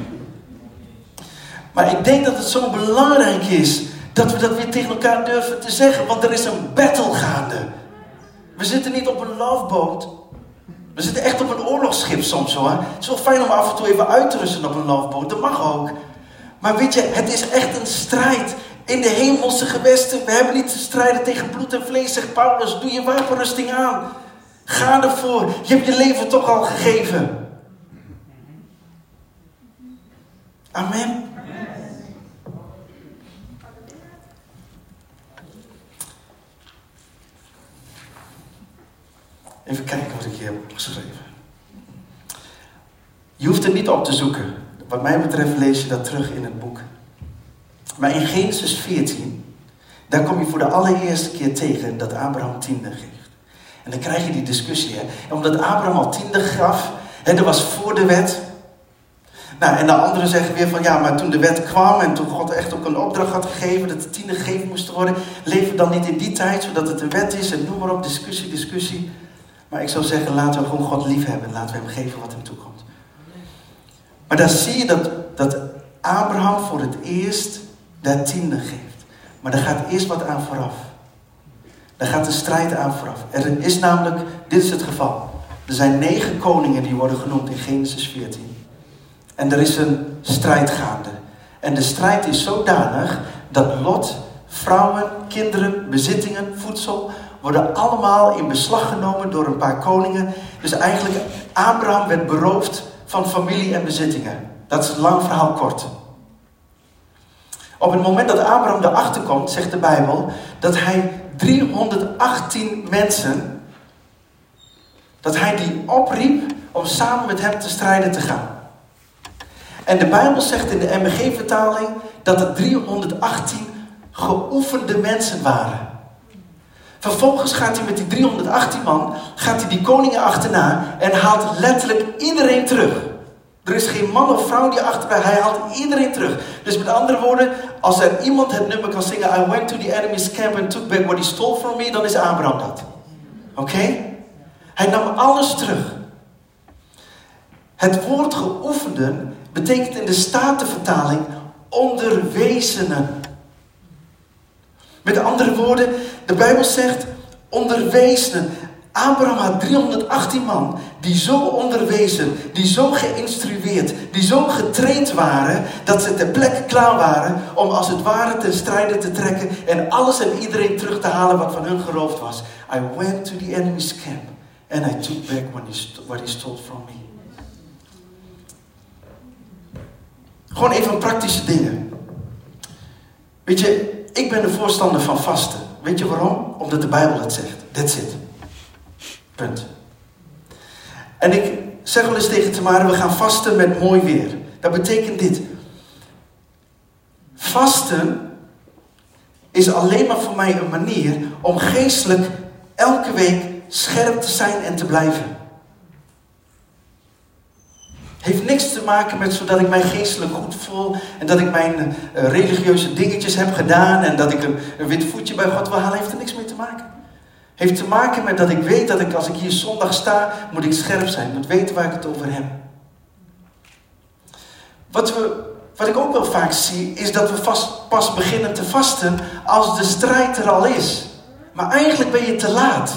Maar ik denk dat het zo belangrijk is dat we dat weer tegen elkaar durven te zeggen. Want er is een battle gaande. We zitten niet op een loveboat. We zitten echt op een oorlogsschip soms hoor. Het is wel fijn om af en toe even uit te rusten op een loveboat. Dat mag ook. Maar weet je, het is echt een strijd in de hemelse gewesten. We hebben niet te strijden tegen bloed en vlees, zegt Paulus. Doe je wapenrusting aan. Ga ervoor. Je hebt je leven toch al gegeven. Amen. Even kijken wat ik hier heb geschreven. Je hoeft er niet op te zoeken. Wat mij betreft lees je dat terug in het boek. Maar in Genesis 14, daar kom je voor de allereerste keer tegen dat Abraham tiende geeft. En dan krijg je die discussie. Hè? En omdat Abraham al tiende gaf, dat was voor de wet. Nou, en de anderen zeggen weer van ja, maar toen de wet kwam en toen God echt ook een opdracht had gegeven dat de tiende gegeven moest worden, leven we dan niet in die tijd zodat het een wet is en noem maar op, discussie. Maar ik zou zeggen, laten we gewoon God lief hebben. Laten we hem geven wat hem toekomt. Maar daar zie je dat Abraham voor het eerst de tiende geeft. Maar daar gaat eerst wat aan vooraf. Daar gaat de strijd aan vooraf. Er is namelijk, dit is het geval. Er zijn 9 koningen die worden genoemd in Genesis 14. En er is een strijd gaande. En de strijd is zodanig dat Lot, vrouwen, kinderen, bezittingen, voedsel worden allemaal in beslag genomen door een paar koningen. Dus eigenlijk, Abraham werd beroofd van familie en bezittingen. Dat is een lang verhaal kort. Op het moment dat Abraham erachter komt, zegt de Bijbel, dat hij 318 mensen, dat hij die opriep om samen met hem te strijden te gaan. En de Bijbel zegt in de MBG-vertaling dat er 318 geoefende mensen waren. Vervolgens gaat hij met die 318 man, gaat hij die koningen achterna en haalt letterlijk iedereen terug. Er is geen man of vrouw die achterbij, hij haalt iedereen terug. Dus met andere woorden, als er iemand het nummer kan zingen, I went to the enemy's camp and took back what he stole from me, dan is Abraham dat. Oké? Hij nam alles terug. Het woord geoefenden betekent in de Statenvertaling onderwezenen. Met andere woorden, de Bijbel zegt onderwezenen. Abraham had 318 man die zo onderwezen, die zo geïnstrueerd, die zo getraind waren, dat ze ter plekke klaar waren om als het ware ten strijde te trekken en alles en iedereen terug te halen wat van hun geroofd was. I went to the enemy's camp and I took back what he stole from me. Gewoon even praktische dingen. Weet je, ik ben een voorstander van vasten. Weet je waarom? Omdat de Bijbel het zegt. That's it. Punt. En ik zeg wel eens tegen Tamara, we gaan vasten met mooi weer. Dat betekent dit. Vasten is alleen maar voor mij een manier om geestelijk elke week scherp te zijn en te blijven. Heeft niks te maken met zodat ik mij geestelijk goed voel en dat ik mijn religieuze dingetjes heb gedaan en dat ik een wit voetje bij God wil halen. Heeft er niks mee te maken. Heeft te maken met dat ik weet dat als ik hier zondag sta, moet ik scherp zijn. Moet weten waar ik het over heb. Wat ik ook wel vaak zie, is dat we pas beginnen te vasten als de strijd er al is. Maar eigenlijk ben je te laat.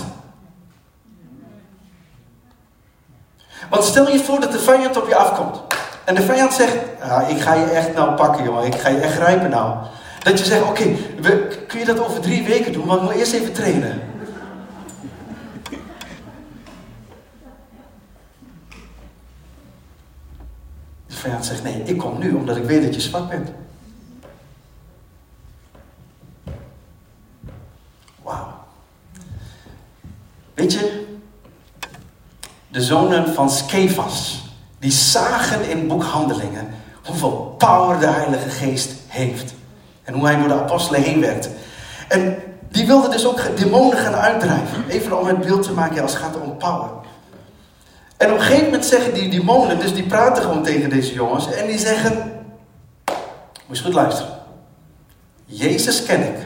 Want stel je voor dat de vijand op je afkomt. En de vijand zegt, ik ga je echt nou pakken jongen, ik ga je echt grijpen nou. Dat je zegt, oké, kun je dat over 3 weken doen, want ik moet eerst even trainen. De vijand zegt, nee, ik kom nu omdat ik weet dat je zwak bent. Wauw. Weet je, de zonen van Skefas, die zagen in boek Handelingen hoeveel power de Heilige Geest heeft. En hoe hij door de apostelen heen werkte. En die wilden dus ook demonen gaan uitdrijven. Even om het beeld te maken als het gaat om power. En op een gegeven moment zeggen die demonen, dus die praten gewoon tegen deze jongens. En die zeggen, moet je goed luisteren. Jezus ken ik.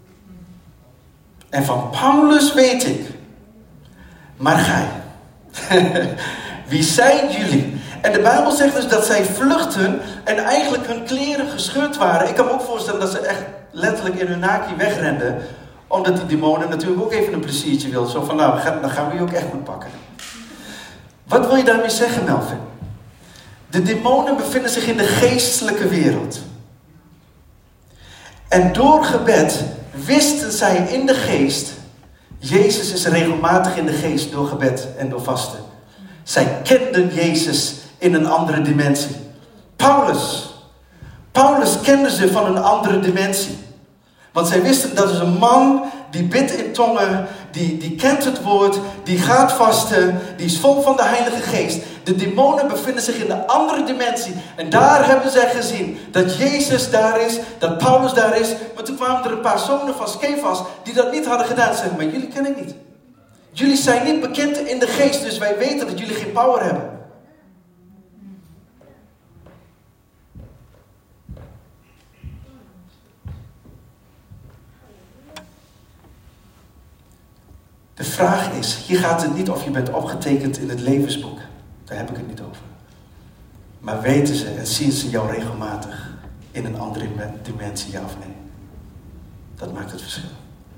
En van Paulus weet ik. Maar gij. Wie zijn jullie? En de Bijbel zegt dus dat zij vluchten en eigenlijk hun kleren gescheurd waren. Ik kan me ook voorstellen dat ze echt letterlijk in hun naki wegrenden. Omdat die demonen natuurlijk ook even een pleziertje wilden. Zo van, nou, dan gaan we je ook echt goed pakken. Wat wil je daarmee zeggen, Melvin? De demonen bevinden zich in de geestelijke wereld. En door gebed wisten zij in de geest. Jezus is regelmatig in de geest door gebed en door vasten. Zij kenden Jezus in een andere dimensie. Paulus kende ze van een andere dimensie. Want zij wisten dat is een man die bidt in tongen, die kent het woord, die gaat vasten, die is vol van de Heilige Geest. De demonen bevinden zich in de andere dimensie. En daar hebben zij gezien dat Jezus daar is, dat Paulus daar is. Maar toen kwamen er een paar zonen van Skefas die dat niet hadden gedaan. Ze zeggen, maar jullie ken ik niet. Jullie zijn niet bekend in de geest, dus wij weten dat jullie geen power hebben. De vraag is, hier gaat het niet of je bent opgetekend in het levensboek. Daar heb ik het niet over. Maar weten ze en zien ze jou regelmatig in een andere dimensie, ja of nee? Dat maakt het verschil.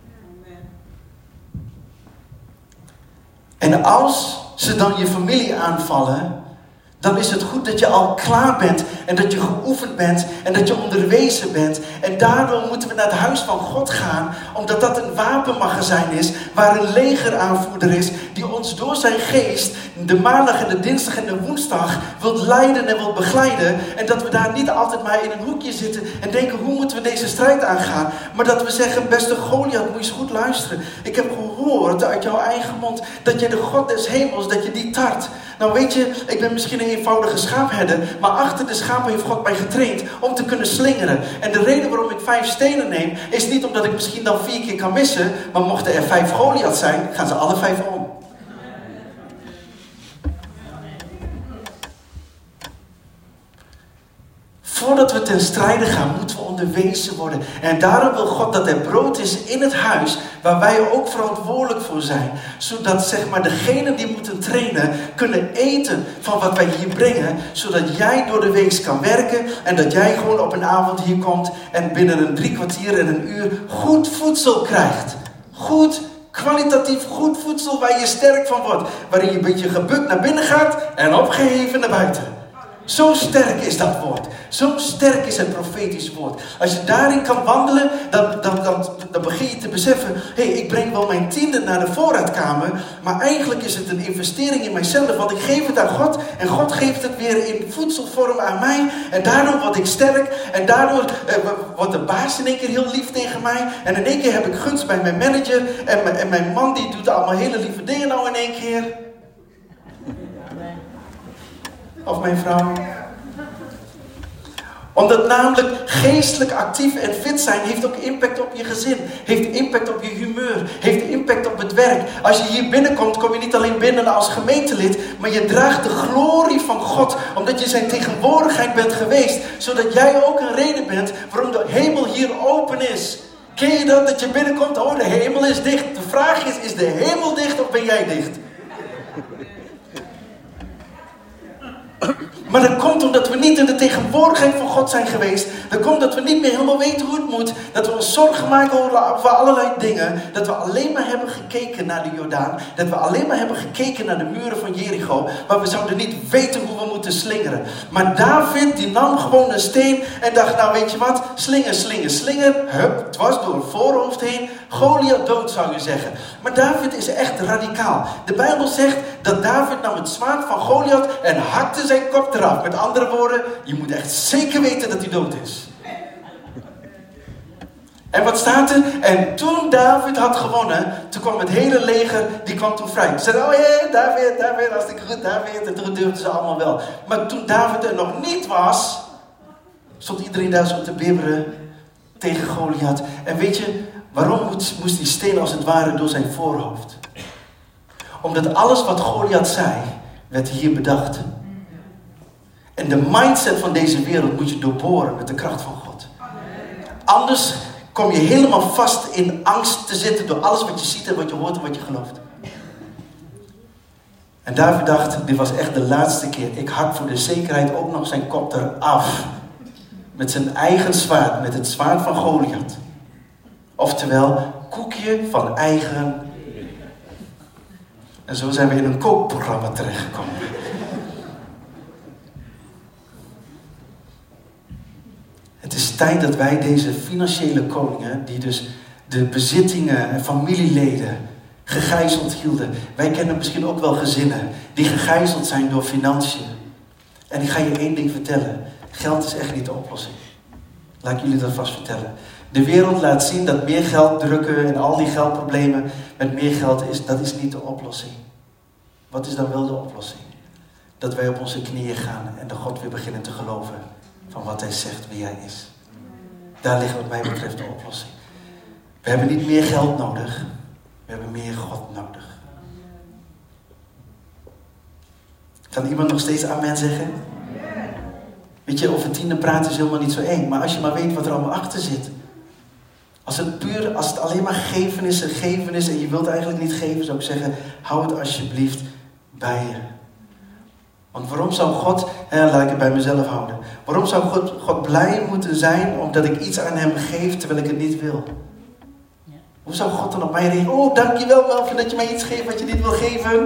En als ze dan je familie aanvallen, dan is het goed dat je al klaar bent en dat je geoefend bent en dat je onderwezen bent. En daardoor moeten we naar het huis van God gaan, omdat dat een wapenmagazijn is, waar een legeraanvoerder is, die ons door zijn geest de maandag en de dinsdag en de woensdag wilt leiden en wilt begeleiden. En dat we daar niet altijd maar in een hoekje zitten en denken, hoe moeten we deze strijd aangaan? Maar dat we zeggen, beste Goliath, moet je eens goed luisteren. Ik heb gehoord uit jouw eigen mond dat je de God des hemels, dat je die tart. Nou weet je, ik ben misschien een eenvoudige schaapherder, maar achter de schapen heeft God mij getraind om te kunnen slingeren. En de reden waarom ik 5 stenen neem, is niet omdat ik misschien dan 4 keer kan missen, maar mochten er 5 Goliaths zijn, gaan ze alle 5 om. Voordat we ten strijde gaan, moeten we onderwezen worden. En daarom wil God dat er brood is in het huis, waar wij ook verantwoordelijk voor zijn. Zodat zeg maar degenen die moeten trainen, kunnen eten van wat wij hier brengen. Zodat jij door de week kan werken en dat jij gewoon op een avond hier komt en binnen een 3 kwartier en een uur goed voedsel krijgt. Goed, kwalitatief goed voedsel waar je sterk van wordt. Waarin je een beetje gebukt naar binnen gaat en opgeheven naar buiten. Zo sterk is dat woord. Zo sterk is het profetisch woord. Als je daarin kan wandelen, dan begin je te beseffen, hé, ik breng wel mijn 10e naar de voorraadkamer, maar eigenlijk is het een investering in mijzelf, want ik geef het aan God en God geeft het weer in voedselvorm aan mij en daardoor word ik sterk en daardoor wordt de baas in één keer heel lief tegen mij en in één keer heb ik gunst bij mijn manager en mijn man die doet allemaal hele lieve dingen nou in één keer. Of mijn vrouw. Omdat namelijk geestelijk actief en fit zijn heeft ook impact op je gezin. Heeft impact op je humeur. Heeft impact op het werk. Als je hier binnenkomt, kom je niet alleen binnen als gemeentelid. Maar je draagt de glorie van God. Omdat je zijn tegenwoordigheid bent geweest. Zodat jij ook een reden bent waarom de hemel hier open is. Ken je dat? Dat je binnenkomt, oh de hemel is dicht. De vraag is de hemel dicht of ben jij dicht? Maar dat komt omdat we niet in de tegenwoordigheid van God zijn geweest. Dat komt dat we niet meer helemaal weten hoe het moet. Dat we ons zorgen maken over allerlei dingen. Dat we alleen maar hebben gekeken naar de Jordaan. Dat we alleen maar hebben gekeken naar de muren van Jericho. Maar we zouden niet weten hoe we moeten slingeren. Maar David die nam gewoon een steen en dacht, nou weet je wat? Slinger. Hup, dwars door het voorhoofd heen. Goliath dood zou je zeggen. Maar David is echt radicaal. De Bijbel zegt dat David nam het zwaard van Goliath en hakte zijn kop eraf. Met andere woorden, je moet echt zeker weten dat hij dood is. En wat staat er? En toen David had gewonnen, toen kwam het hele leger, die kwam toen vrij. Ze zeiden, oh jee, David, hartstikke goed, David. En toen durfden ze allemaal wel. Maar toen David er nog niet was, stond iedereen daar zo te bibberen tegen Goliath. En weet je, waarom moest die steen als het ware door zijn voorhoofd? Omdat alles wat Goliath zei, werd hier bedacht. En de mindset van deze wereld moet je doorboren met de kracht van God. Anders kom je helemaal vast in angst te zitten door alles wat je ziet en wat je hoort en wat je gelooft. En David dacht, dit was echt de laatste keer. Ik hak voor de zekerheid ook nog zijn kop eraf. Met zijn eigen zwaard, met het zwaard van Goliath. Oftewel, koekje van eigen. En zo zijn we in een kookprogramma terechtgekomen. Het is tijd dat wij deze financiële koningen, die dus de bezittingen en familieleden gegijzeld hielden. Wij kennen misschien ook wel gezinnen die gegijzeld zijn door financiën. En ik ga je één ding vertellen. Geld is echt niet de oplossing. Laat ik jullie dat vast vertellen. De wereld laat zien dat meer geld drukken en al die geldproblemen met meer geld dat is niet de oplossing. Wat is dan wel de oplossing? Dat wij op onze knieën gaan en de God weer beginnen te geloven van wat hij zegt wie hij is. Daar ligt wat mij betreft de oplossing. We hebben niet meer geld nodig. We hebben meer God nodig. Kan iemand nog steeds amen zeggen? Weet je, over tienden praten is helemaal niet zo eng. Maar als je maar weet wat er allemaal achter zit. Als het alleen maar geven is en je wilt eigenlijk niet geven, zou ik zeggen, hou het alsjeblieft bij je. Want waarom zou God, laat ik het bij mezelf houden. Waarom zou God blij moeten zijn omdat ik iets aan hem geef terwijl ik het niet wil? Ja. Hoe zou God dan op mij reageren? Oh, dankjewel Melvin dat je mij iets geeft wat je niet wil geven.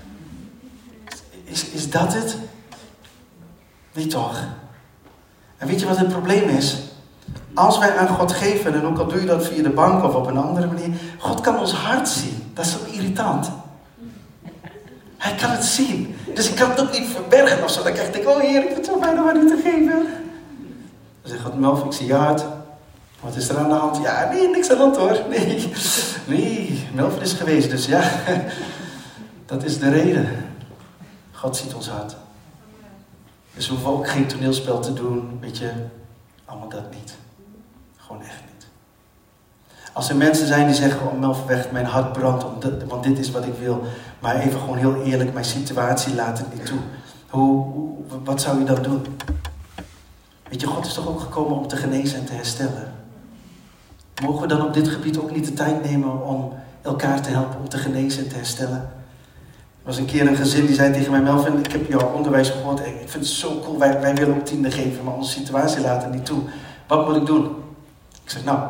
Is dat het? Nee toch? En weet je wat het probleem is? Als wij aan God geven, en ook al doe je dat via de bank of op een andere manier, God kan ons hart zien. Dat is zo irritant. Hij kan het zien. Dus ik kan het ook niet verbergen of zo. Dan krijg ik, oh Heer, ik heb het zo bijna maar niet te geven. Dan zegt God, Melvin, ik zie je hart. Wat is er aan de hand? Ja, nee, niks aan de hand hoor. Nee, Melvin is geweest, dus ja. Dat is de reden. God ziet ons hart. Dus we hoeven ook geen toneelspel te doen, weet je. Allemaal dat niet. Gewoon echt niet. Als er mensen zijn die zeggen, oh Melvin weg, mijn hart brandt, want dit is wat ik wil. Maar even gewoon heel eerlijk, mijn situatie laat het niet toe. Wat zou je dan doen? Weet je, God is toch ook gekomen om te genezen en te herstellen. Mogen we dan op dit gebied ook niet de tijd nemen om elkaar te helpen om te genezen en te herstellen? Er was een keer een gezin die zei tegen mij, Melvin, ik heb jouw onderwijs gehoord. Ik vind het zo cool, wij willen ook tiende geven, maar onze situatie laat het niet toe. Wat moet ik doen? Ik zeg, nou,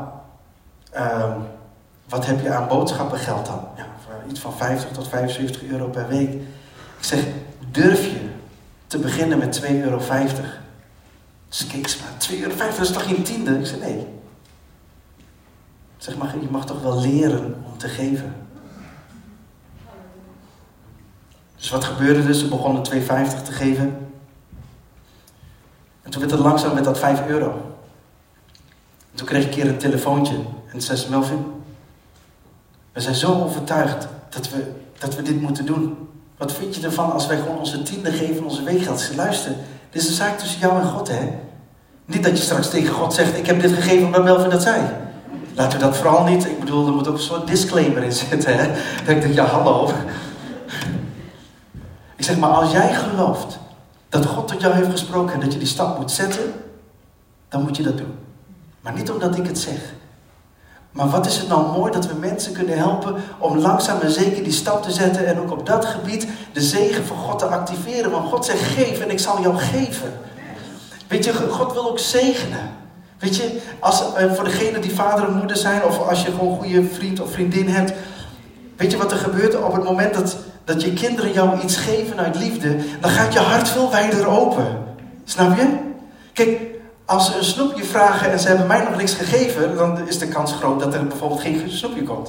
wat heb je aan boodschappengeld dan? Ja, iets van 50 tot 75 euro per week. Ik zeg, durf je te beginnen met 2,50 euro? Dus keek ze maar, 2,50 euro, dat is toch geen tiende? Ik zeg, nee. Ik zeg, maar je mag toch wel leren om te geven? Dus wat gebeurde dus? Ze begonnen 2,50 te geven. En toen werd het langzaam met dat 5 euro. En toen kreeg ik een keer een telefoontje. En zei ze, Melvin, we zijn zo overtuigd dat we dit moeten doen. Wat vind je ervan als wij gewoon onze tiende geven, onze weekgeld? Ze luister, dit is een zaak tussen jou en God, hè? Niet dat je straks tegen God zegt, ik heb dit gegeven omdat Melvin dat zei. Laten we dat vooral niet, ik bedoel, er moet ook een soort disclaimer in zitten, hè? Dat ik denk, ja hallo. Ik zeg, maar als jij gelooft dat God tot jou heeft gesproken en dat je die stap moet zetten, dan moet je dat doen. Maar niet omdat ik het zeg. Maar wat is het nou mooi dat we mensen kunnen helpen om langzaam en zeker die stap te zetten en ook op dat gebied de zegen van God te activeren. Want God zegt, geef en ik zal jou geven. Weet je, God wil ook zegenen. Weet je, voor degenen die vader en moeder zijn of als je gewoon een goede vriend of vriendin hebt. Weet je wat er gebeurt op het moment dat je kinderen jou iets geven uit liefde, dan gaat je hart veel wijder open. Snap je? Kijk, als ze een snoepje vragen en ze hebben mij nog niks gegeven, dan is de kans groot dat er bijvoorbeeld geen snoepje komt.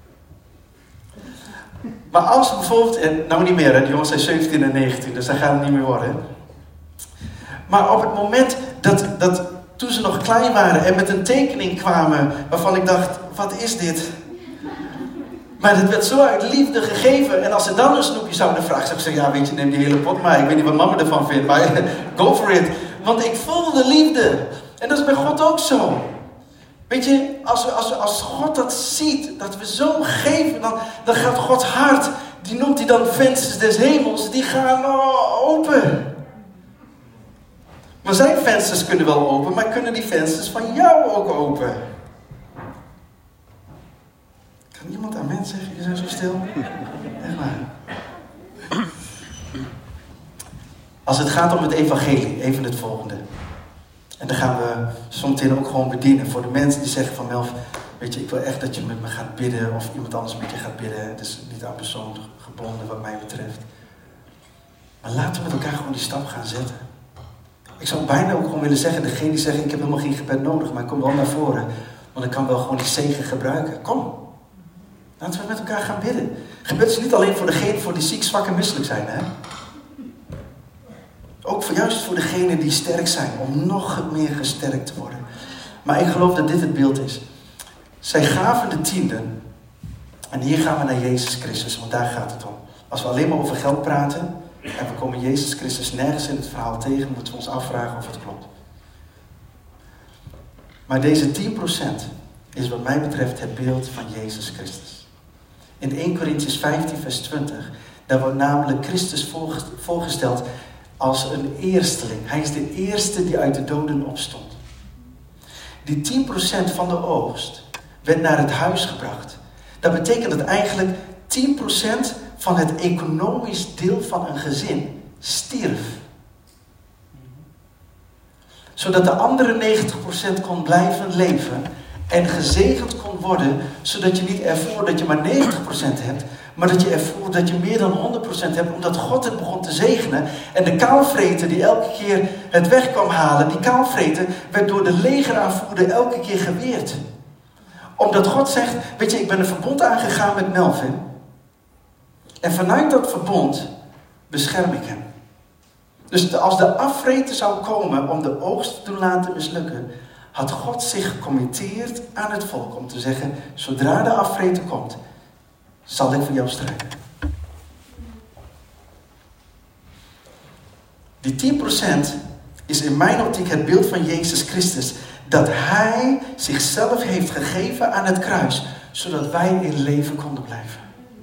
Maar als bijvoorbeeld, en nou niet meer, hè, de jongens zijn 17 en 19, dus dat gaat het niet meer worden. Maar op het moment toen ze nog klein waren en met een tekening kwamen waarvan ik dacht, wat is dit? Maar het werd zo uit liefde gegeven. En als ze dan een snoepje zouden vragen, zou ik zeggen, ja weet je, neem die hele pot maar. Ik weet niet wat mama ervan vindt, maar go for it. Want ik voelde liefde. En dat is bij God ook zo. Weet je, als God dat ziet, dat we zo geven, dan gaat Gods hart, die noemt hij dan vensters des hemels, die gaan open. Maar zijn vensters kunnen wel open, maar kunnen die vensters van jou ook open? Kan iemand amen zeggen? Je bent zo stil. Echt waar. Als het gaat om het evangelie, even het volgende. En dan gaan we zometeen ook gewoon bedienen voor de mensen die zeggen van Melf, weet je, ik wil echt dat je met me gaat bidden of iemand anders met je gaat bidden. Het is niet aan persoon gebonden wat mij betreft. Maar laten we met elkaar gewoon die stap gaan zetten. Ik zou bijna ook gewoon willen zeggen, degene die zegt ik heb helemaal geen gebed nodig, maar ik kom wel naar voren. Want ik kan wel gewoon die zegen gebruiken. Kom. Laten we met elkaar gaan bidden. Gebed is niet alleen voor degene voor die ziek, zwak en misselijk zijn, hè? Ook juist voor degenen die sterk zijn, om nog meer gesterkt te worden. Maar ik geloof dat dit het beeld is. Zij gaven de tienden. En hier gaan we naar Jezus Christus, want daar gaat het om. Als we alleen maar over geld praten, en we komen Jezus Christus nergens in het verhaal tegen, moeten we ons afvragen of het klopt. Maar deze 10% is wat mij betreft het beeld van Jezus Christus. In 1 Korintiërs 15 vers 20, daar wordt namelijk Christus voorgesteld als een eersteling. Hij is de eerste die uit de doden opstond. Die 10% van de oogst werd naar het huis gebracht. Dat betekent dat eigenlijk 10% van het economisch deel van een gezin stierf. Zodat de andere 90% kon blijven leven en gezegend kon worden, zodat je niet ervoor dat je maar 90% hebt, maar dat je ervoor dat je meer dan 100% hebt, omdat God het begon te zegenen. En de kaalvreter die elke keer het weg kwam halen, die kaalvreter werd door de legeraanvoerder elke keer geweerd. Omdat God zegt, weet je, ik ben een verbond aangegaan met Melvin. En vanuit dat verbond bescherm ik hem. Dus als de afvreter zou komen om de oogst te laten mislukken, had God zich gecommitteerd aan het volk om te zeggen, zodra de afvreter komt, zal ik voor jou strijden. Die 10% is in mijn optiek het beeld van Jezus Christus. Dat Hij zichzelf heeft gegeven aan het kruis, zodat wij in leven konden blijven.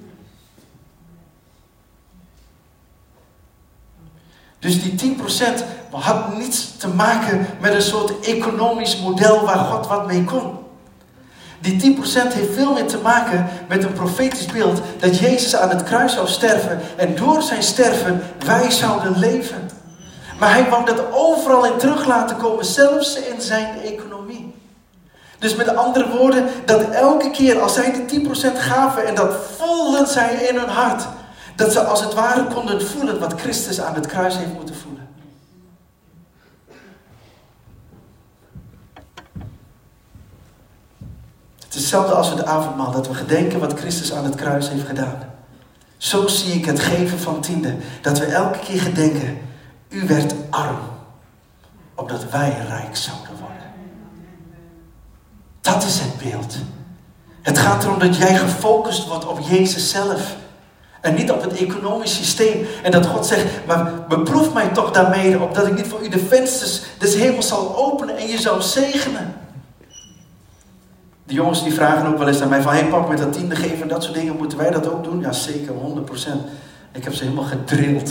Dus die 10% had niets te maken met een soort economisch model waar God wat mee kon. Die 10% heeft veel meer te maken met een profetisch beeld dat Jezus aan het kruis zou sterven en door zijn sterven wij zouden leven. Maar hij wou dat overal in terug laten komen, zelfs in zijn economie. Dus met andere woorden, dat elke keer als zij de 10% gaven en dat voelden zij in hun hart, dat ze als het ware konden voelen wat Christus aan het kruis heeft moeten voelen. Het is hetzelfde als het avondmaal, dat we gedenken wat Christus aan het kruis heeft gedaan. Zo zie ik het geven van tiende, dat we elke keer gedenken, u werd arm, opdat wij rijk zouden worden. Dat is het beeld. Het gaat erom dat jij gefocust wordt op Jezus zelf. En niet op het economisch systeem. En dat God zegt, maar beproef mij toch daarmee, opdat ik niet voor u de vensters des hemels zal openen en je zou zegenen. De jongens die vragen ook wel eens aan mij van, hey pap, met dat tiende geven en dat soort dingen, moeten wij dat ook doen? Ja, zeker, 100%. Ik heb ze helemaal gedrild.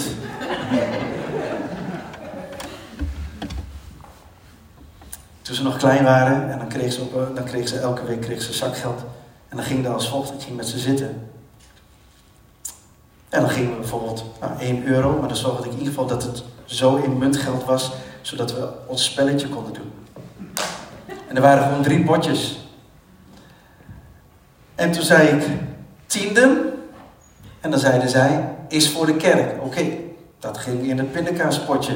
Toen ze nog klein waren, en dan kreeg ze elke week zakgeld. En dan ging dat als volgt, ik ging met ze zitten. En dan gingen we bijvoorbeeld 1 euro, maar dan zorgde ik in ieder geval dat het zo in muntgeld was, zodat we ons spelletje konden doen. En er waren gewoon 3 potjes. En toen zei ik, tiende. En dan zeiden zij, is voor de kerk. Oké, dat ging in het pindakaaspotje.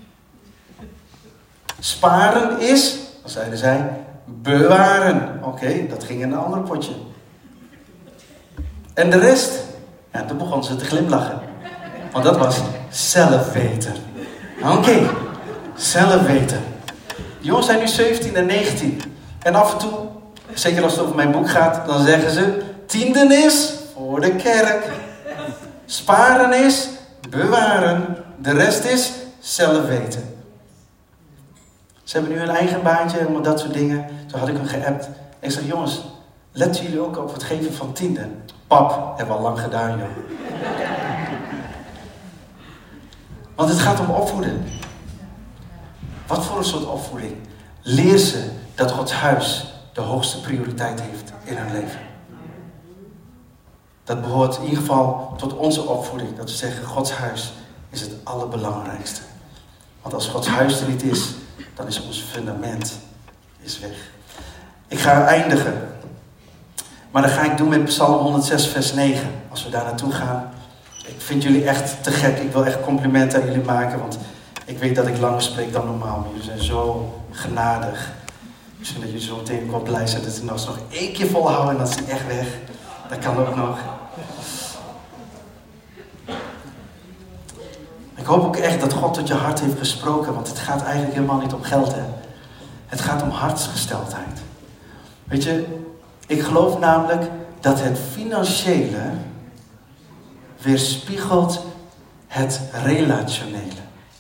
Sparen is, dan zeiden zij, bewaren. Oké, dat ging in een ander potje. En de rest, ja, toen begon ze te glimlachen. Want dat was zelf weten. Oké, zelf weten. De jongens zijn nu 17 en 19. En af en toe, zeker als het over mijn boek gaat, dan zeggen ze... Tienden is voor de kerk. Sparen is bewaren. De rest is zelf weten. Ze hebben nu een eigen baantje en dat soort dingen. Toen had ik hem geappt. Ik zeg, jongens, letten jullie ook op het geven van tienden? Pap, hebben we al lang gedaan, joh. Want het gaat om opvoeden. Wat voor een soort opvoeding? Leer ze dat Gods huis de hoogste prioriteit heeft in hun leven. Dat behoort in ieder geval tot onze opvoeding. Dat we zeggen, Gods huis is het allerbelangrijkste. Want als Gods huis er niet is, dan is ons fundament weg. Ik ga eindigen. Maar dat ga ik doen met Psalm 106 vers 9. Als we daar naartoe gaan. Ik vind jullie echt te gek. Ik wil echt complimenten aan jullie maken. Want ik weet dat ik langer spreek dan normaal. Maar jullie zijn zo genadig. Misschien dat jullie zo meteen wel blij zijn dat ze nog 1 keer volhouden en dat is echt weg. Dat kan ook nog. Ik hoop ook echt dat God tot je hart heeft gesproken. Want het gaat eigenlijk helemaal niet om geld. Hè? Het gaat om hartsgesteldheid. Weet je, ik geloof namelijk dat het financiële weerspiegelt het relationele.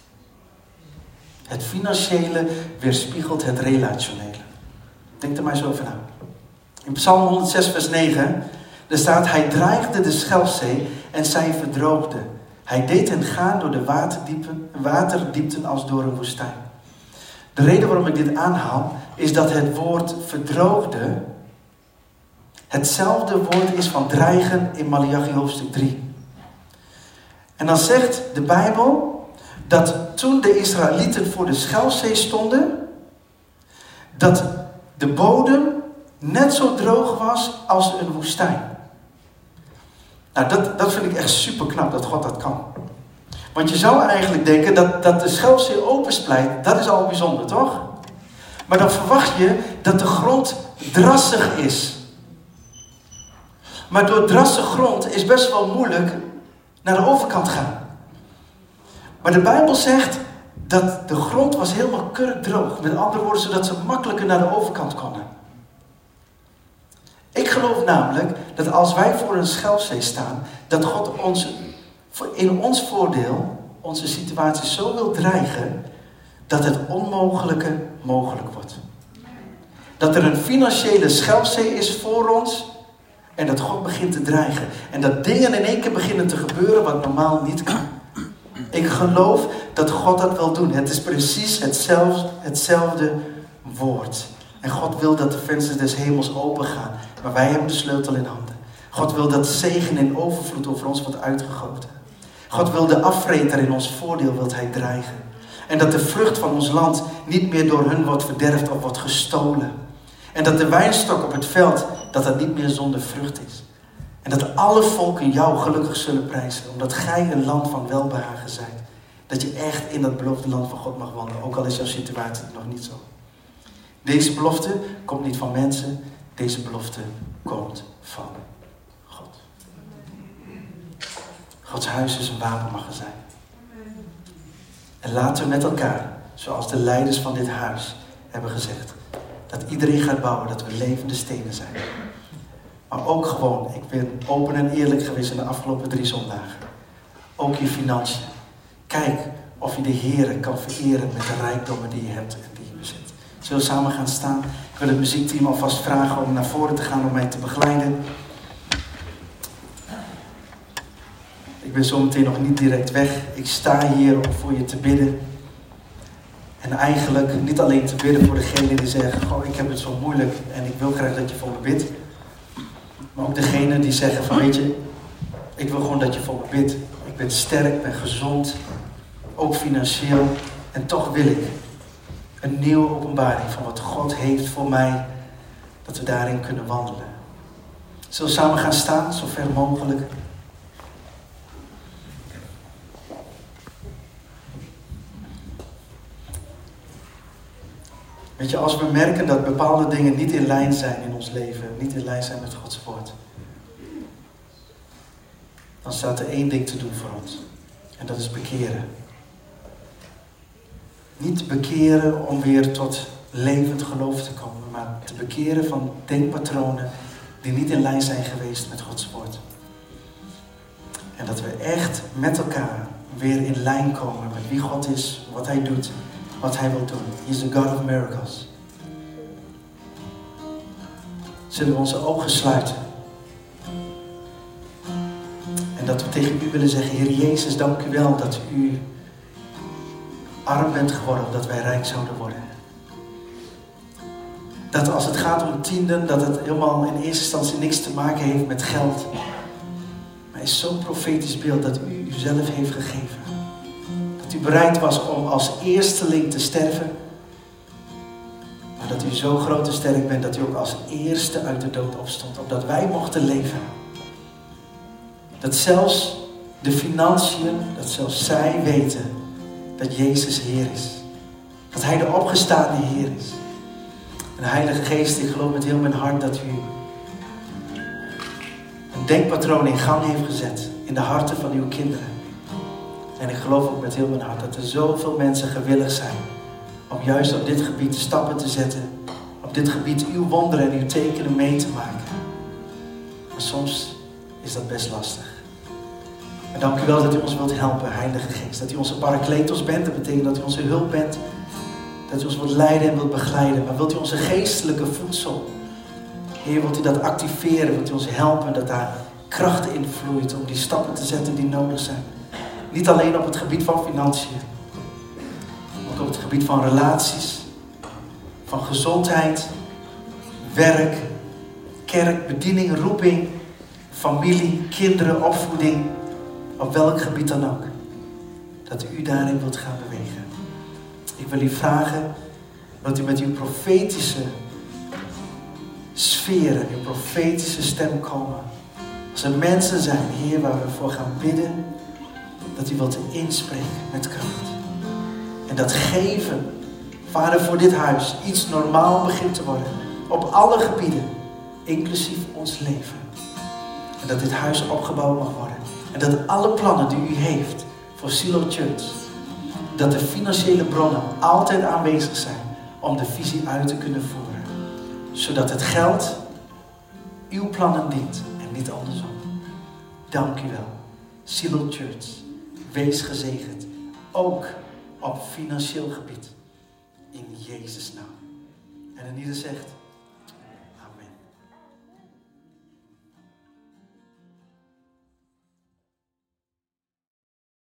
Het financiële weerspiegelt het relationele. Denk er maar eens over na. In Psalm 106 vers 9, daar staat: Hij dreigde de Schelfzee en zij verdroogde. Hij deed hen gaan door de waterdiepten als door een woestijn. De reden waarom ik dit aanhaal, is dat het woord verdroogde hetzelfde woord is van dreigen in Maleachi hoofdstuk 3. En dan zegt de Bijbel dat toen de Israëlieten voor de Schelfzee stonden, dat de bodem net zo droog was als een woestijn. Nou, dat vind ik echt super knap dat God dat kan. Want je zou eigenlijk denken dat de Schelfzee opensplijt, dat is al bijzonder, toch? Maar dan verwacht je dat de grond drassig is. Maar door drassige grond is best wel moeilijk naar de overkant gaan. Maar de Bijbel zegt dat de grond was helemaal kurkdroog. Met andere woorden, zodat ze makkelijker naar de overkant konden. Ik geloof namelijk dat als wij voor een Schelfzee staan, dat God in ons voordeel onze situatie zo wil dreigen, dat het onmogelijke mogelijk wordt. Dat er een financiële Schelfzee is voor ons en dat God begint te dreigen. En dat dingen in één keer beginnen te gebeuren wat normaal niet kan. Ik geloof dat God dat wil doen. Het is precies hetzelfde woord. En God wil dat de vensters des hemels open gaan. Maar wij hebben de sleutel in handen. God wil dat zegen in overvloed over ons wordt uitgegoten. God wil de afvreter in ons voordeel wilt hij dreigen. En dat de vrucht van ons land niet meer door hun wordt verderfd of wordt gestolen. En dat de wijnstok op het veld, dat niet meer zonder vrucht is. En dat alle volken jou gelukkig zullen prijzen. Omdat gij een land van welbehagen zijt. Dat je echt in dat beloofde land van God mag wandelen. Ook al is jouw situatie nog niet zo. Deze belofte komt niet van mensen. Deze belofte komt van God. Gods huis is een wapenmagazijn. En laten we met elkaar, zoals de leiders van dit huis hebben gezegd, dat iedereen gaat bouwen, dat we levende stenen zijn. Maar ook gewoon, ik ben open en eerlijk geweest in de afgelopen 3 zondagen. Ook je financiën. Kijk of je de Heere kan vereren met de rijkdommen die je hebt en die je bezit. Zullen we samen gaan staan? Ik wil het muziekteam alvast vragen om naar voren te gaan om mij te begeleiden. Ik ben zometeen nog niet direct weg. Ik sta hier om voor je te bidden. En eigenlijk niet alleen te bidden voor degenen die zeggen, goh, ik heb het zo moeilijk en ik wil graag dat je voor me bidt. Maar ook degenen die zeggen van, weet je, ik wil gewoon dat je voor me bidt. Ik ben sterk, ik ben gezond, ook financieel. En toch wil ik een nieuwe openbaring van wat God heeft voor mij, dat we daarin kunnen wandelen. Zullen we samen gaan staan, zo ver mogelijk? Weet je, als we merken dat bepaalde dingen niet in lijn zijn in ons leven, niet in lijn zijn met Gods woord, dan staat er 1 ding te doen voor ons. En dat is bekeren. Niet te bekeren om weer tot levend geloof te komen, maar te bekeren van denkpatronen die niet in lijn zijn geweest met Gods woord. En dat we echt met elkaar weer in lijn komen met wie God is, wat Hij doet, wat Hij wil doen. He is a God of miracles. Zullen we onze ogen sluiten? En dat we tegen u willen zeggen, Heer Jezus, dank u wel dat u arm bent geworden, dat wij rijk zouden worden. Dat als het gaat om tienden, dat het helemaal in eerste instantie niks te maken heeft met geld. Maar het is zo'n profetisch beeld dat u uzelf heeft gegeven. Dat u bereid was om als eersteling te sterven. Maar dat u zo groot en sterk bent dat u ook als eerste uit de dood opstond. Opdat wij mochten leven. Dat zelfs de financiën, dat zelfs zij weten dat Jezus Heer is. Dat Hij de opgestane Heer is. En Heilige Geest, ik geloof met heel mijn hart dat u een denkpatroon in gang heeft gezet in de harten van uw kinderen. En ik geloof ook met heel mijn hart dat er zoveel mensen gewillig zijn om juist op dit gebied stappen te zetten. Op dit gebied uw wonderen en uw tekenen mee te maken. Maar soms is dat best lastig. En dank u wel dat u ons wilt helpen, Heilige Geest. Dat u onze parakletos bent, dat betekent dat u onze hulp bent. Dat u ons wilt leiden en wilt begeleiden. Maar wilt u onze geestelijke voedsel, Heer, wilt u dat activeren, wilt u ons helpen dat daar kracht in vloeit om die stappen te zetten die nodig zijn. Niet alleen op het gebied van financiën, maar ook op het gebied van relaties, van gezondheid, werk, kerk, bediening, roeping, familie, kinderen, opvoeding, op welk gebied dan ook. Dat u daarin wilt gaan bewegen. Ik wil u vragen dat u met uw profetische sfeer en uw profetische stem komen. Als er mensen zijn, Heer, waar we voor gaan bidden, dat u wilt inspreken met kracht. En dat geven, Vader, voor dit huis iets normaal begint te worden. Op alle gebieden, inclusief ons leven. En dat dit huis opgebouwd mag worden. En dat alle plannen die u heeft voor Silo Church, dat de financiële bronnen altijd aanwezig zijn om de visie uit te kunnen voeren. Zodat het geld uw plannen dient en niet andersom. Dank u wel. Silo Church, wees gezegend. Ook op financieel gebied. In Jezus' naam. En in ieder zegt...